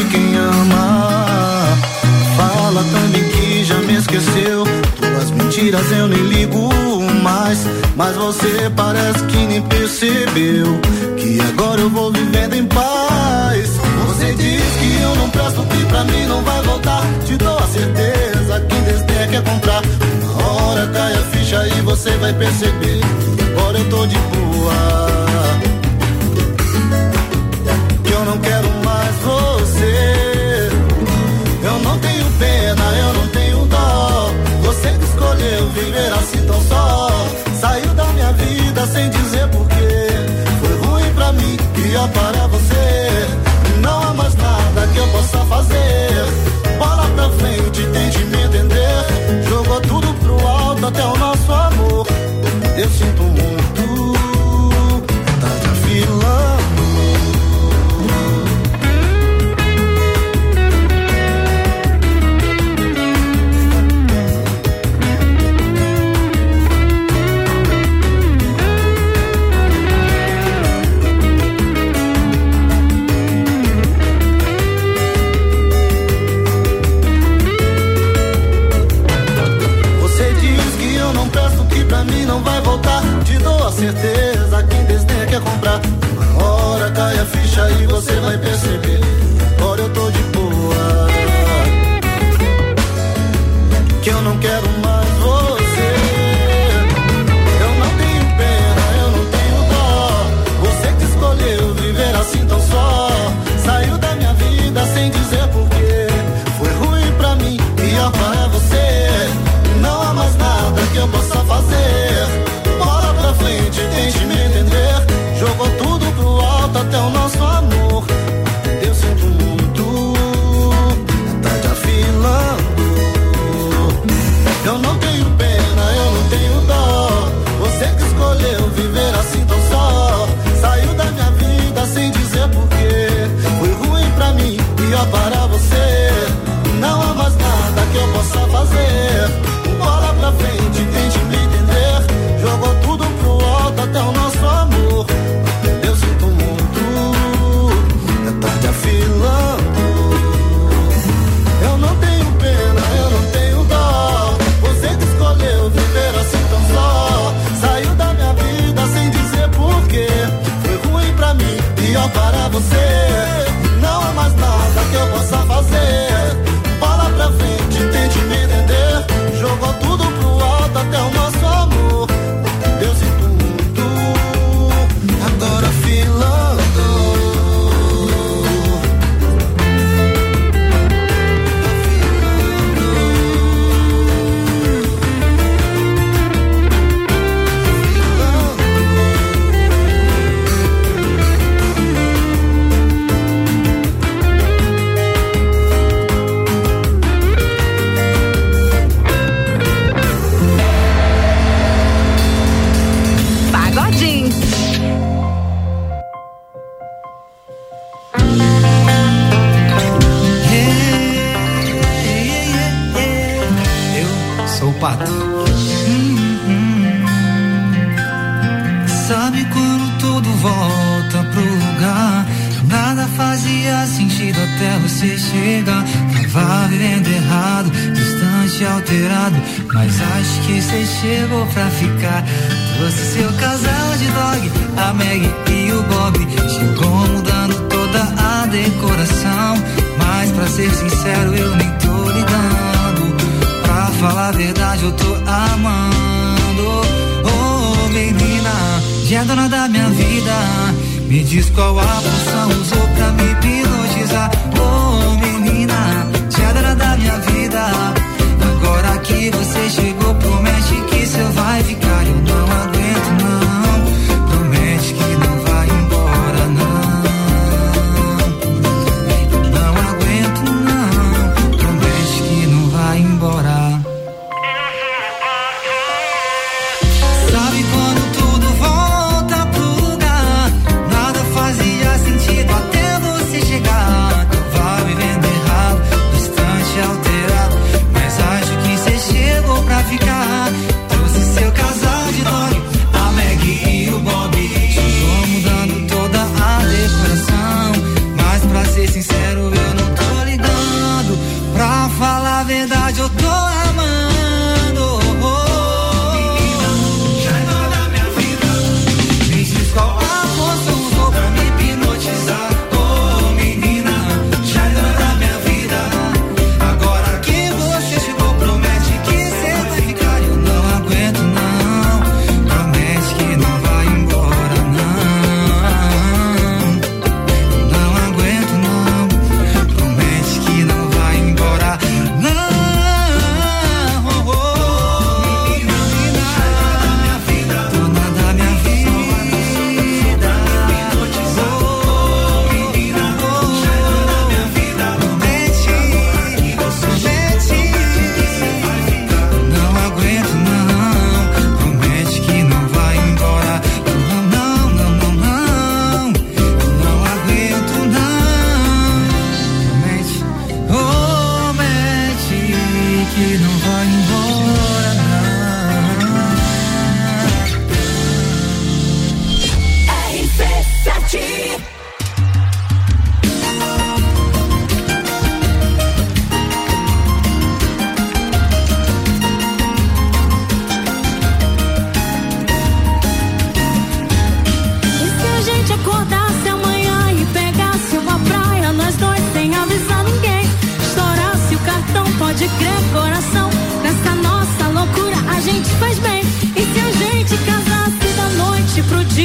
quem ama. Fala também que já me esqueceu. Tuas mentiras eu nem ligo mais, mas você parece que nem percebeu que agora eu vou vivendo em paz. Você diz que eu não presto, que pra mim não vai voltar. Te dou a certeza, quem desdenha quer comprar. Uma hora cai a ficha e você vai perceber. Agora eu tô de boa, que eu não quero mais você. Eu não tenho pena, eu não tenho dó. Você que escolheu viver assim tão só. Saiu da minha vida sem dizer porquê. Foi ruim pra mim, pior para você. Não há mais nada que eu possa fazer. Bola pra frente, tente me entender. Jogou tudo pro alto até o nosso amor. Eu sinto muito, tá te afilando. Não vai voltar, te dou a certeza, quem desdenha quer comprar. Uma hora cai a ficha e você vai perceber. Agora eu tô de boa, que eu não quero mais você. Eu não tenho pena, eu não tenho dó. Você que escolheu viver assim tão só. Saiu da minha vida sem dizer porquê. Foi ruim pra mim, pior para você. Não há mais nada que eu possa fazer. Bola pra frente, tente me entender. Jogou tudo pro alto até o nosso amor. Eu sinto muito, tá te afilando. Eu não tenho pena, eu não tenho dó. Você que escolheu viver assim tão só. Saiu da minha vida sem dizer porquê. Foi ruim pra mim, pior para você. Não há mais nada que eu possa fazer. Bola pra frente, tente me entender. Jogou tudo pro alto até o nosso amor. Eu sinto muito, é tarde afilando. Eu não tenho pena, eu não tenho dó. Você que escolheu viver assim tão só. Saiu da minha vida sem dizer porquê. Foi ruim pra mim, pior para você. Não há mais nada que eu possa fazer. Bola pra frente, tente me entender. Jogou tudo pro alto até o nosso amor. Eu sinto muito, agora afilando. Pato. Sabe quando tudo volta pro lugar? Nada fazia sentido até você chegar. Tava vivendo errado, distante, alterado, mas acho que você chegou pra ficar. Trouxe seu casal de dog, a Meg e o Bob. Chegou mudando toda a decoração, mas pra ser sincero eu nem tô ligando. Pra falar a verdade eu tô amando. Oh menina, já é dona da minha vida. Me diz qual a poção usou pra me hipnotizar. Oh menina, já é dona da minha vida. Agora que você chegou, promete que você vai ficar. Eu não aguento não, promete que não vai embora não. Não aguento não, promete que não vai embora. Sabe quando tudo volta pro lugar? Nada fazia sentido até você chegar. Tava vivendo errado, distante, alterado, mas acho que você chegou pra ficar.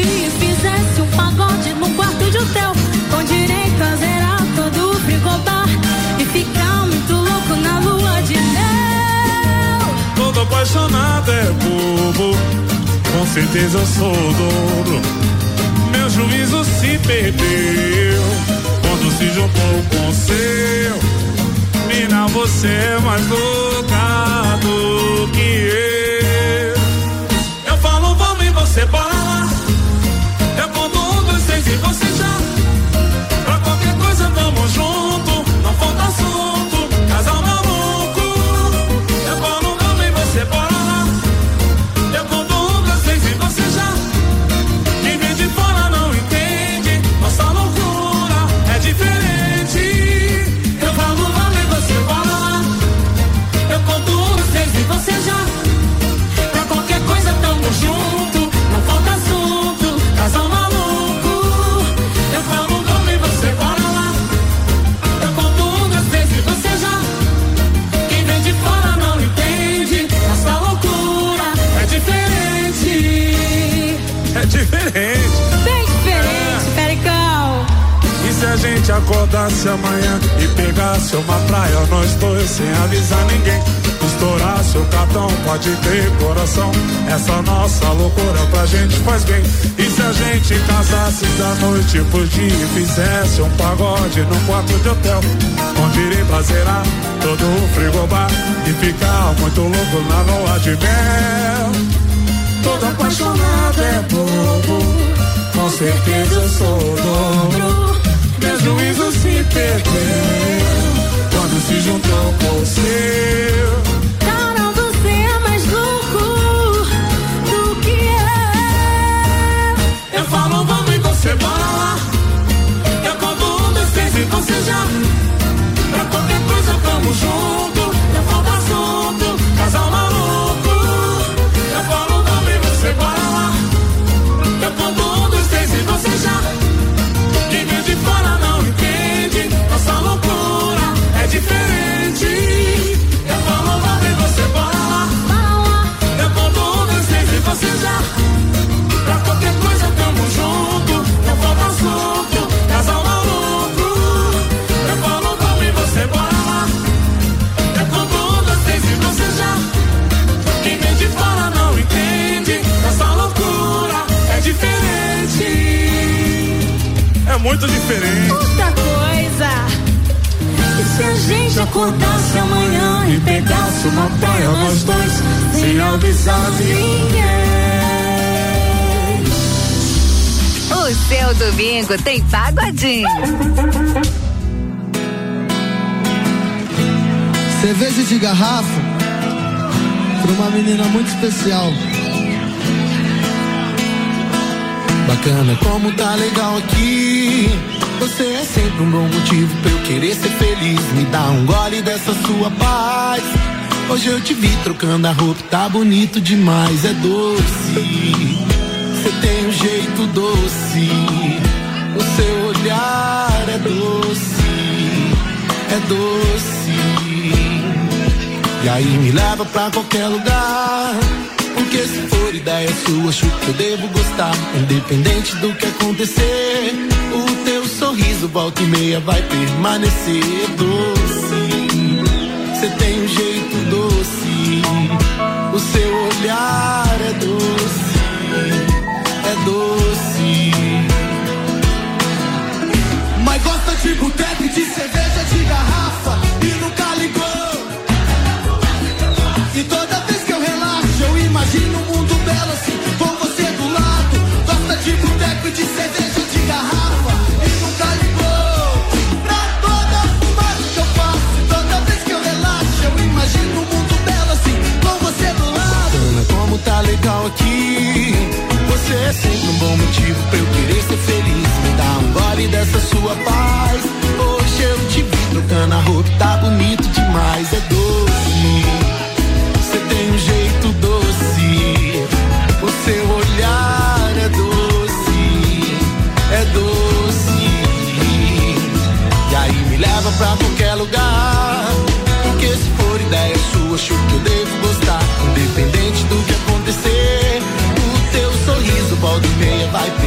dia fizesse um pagode num quarto de hotel, com direito a zerar todo o frigobar e ficar muito louco na lua de mel. Todo apaixonado é bobo, com certeza eu sou o dobro. Meu juízo se perdeu quando se juntou com o seu. Mina, você é mais louca do que eu. Eu falo vamos e você bora lá. Eu conto um, dois, três e você já. Pra qualquer coisa tamo junto, não falta assunto, casal maluco. Eu falo vamos e você bora lá. Eu conto um, dois, três e você já. Quem vem de fora não entende, nossa loucura é diferente. Eu falo vamos e você bora lá. Eu conto um, dois, três e você já. Pra qualquer coisa tamo junto, não falta assunto, casal maluco. Eu falo vamos e você bora lá. Eu conto um, dois, três e você já. Quem vem de fora não entende, nossa loucura é diferente. É diferente. Bem diferente, é. Pericão. E se a gente acordasse amanhã e pegasse uma praia, nós dois sem avisar ninguém, estourasse o cartão, pode ter coração, essa nossa loucura pra gente faz bem. E se a gente casasse da noite pro dia e fizesse um pagode num quarto de hotel, com direito a zerar todo o frigobar e ficar muito louco na lua de mel. Todo apaixonado é bobo, com certeza eu sou o dobro. Meu juízo se perdeu quando se juntou com o seu. Cara, você é mais louco do que eu. Eu falo vamos e você bora lá. Eu conto um, dois, três e você já. Pra qualquer coisa tamo junto, não falta assunto, casal maluco. Eu falo vamos e você bora lá. Eu conto um, dois, três e você já. Quem vem de fora não entende, nossa loucura é diferente. Eu falo vamos e você bora lá. Eu conto um, dois, três e você já. Pra qualquer coisa tamo junto, não falta assunto, casal maluco. Eu falo vamos e você bora lá. Eu conto um, dois, três e você já. Quem vem de fora não entende, nossa loucura é diferente. É muito diferente. Outra coisa, e se a gente acordasse amanhã e pegasse uma praia, nós dois, sem avisar ninguém? O seu domingo tem pagodinho. Cerveja de garrafa pra uma menina muito especial. Bacana como tá legal aqui. Você é sempre um bom motivo pra eu querer ser feliz. Me dá um gole dessa sua paz. Hoje eu te vi trocando a roupa, tá bonito demais, é doce. Você tem um jeito doce, o seu olhar é doce, é doce. E aí me leva pra qualquer lugar, porque se for ideia sua, acho que eu devo gostar. Independente do que acontecer, o teu sorriso volta e meia vai permanecer doce. Você tem um jeito doce, o seu olhar é doce, é doce. Mas gosta de boteco e de cerveja de garrafa e nunca ligou. E toda vez que eu relaxo, eu imagino um mundo belo assim, com você do lado. Gosta de boteco e de cerveja de garrafa e nunca ligou pra toda a fumaça que eu faço. Toda vez que eu relaxo, eu imagino um mundo belo assim, com você do lado. Ana, como tá legal aqui. Você é sempre um bom motivo pra eu querer ser feliz. Me dá um gole dessa sua paz. Hoje eu te vi trocando a roupa, tá bonito demais, é doce. Você tem um jeito doce, o seu olhar é doce, é doce. E aí me leva pra qualquer lugar, porque se for ideia sua, acho que eu devo gostar. Independente do que acontecer, o teu sorriso volta e meia vai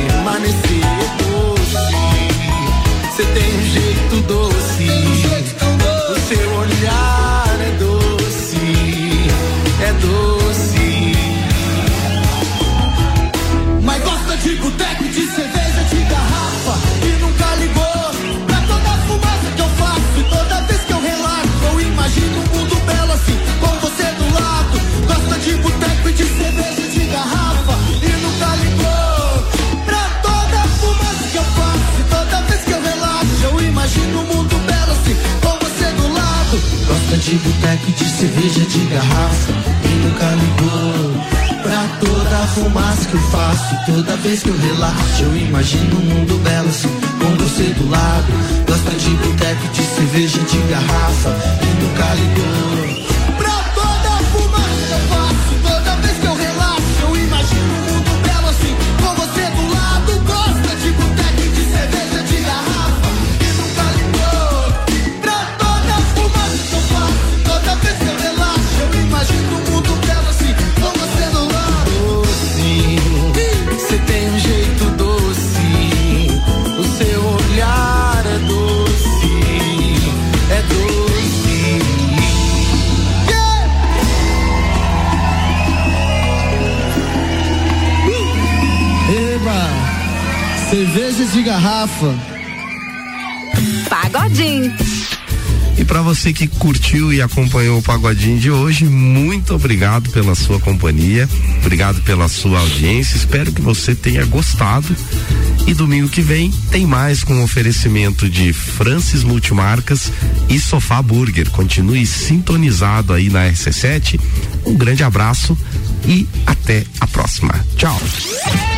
fumaça que eu faço. Toda vez que eu relaxo, eu imagino um mundo belo assim, com você do lado. Gosta de boteco, de cerveja, de garrafa e nunca ligou pra toda a fumaça que eu faço. Toda vez que eu relaxo, eu imagino um mundo belo assim, com você do lado. Gosta de boteco, de cerveja, de garrafa e nunca ligou pra toda a fumaça que eu faço. Toda vez que eu relaxo, eu imagino um mundo belo assim, com você do lado. Doce, você tem um jeito doce, o seu olhar é doce, é doce. Eba, cervejas de garrafa. Pagodinho. E para você que curtiu e acompanhou o Pagodinho de hoje, muito obrigado pela sua companhia, obrigado pela sua audiência, espero que você tenha gostado. E domingo que vem tem mais com oferecimento de Francis Multimarcas e Sofá Burger. Continue sintonizado aí na R C sete. Um grande abraço e até a próxima. Tchau.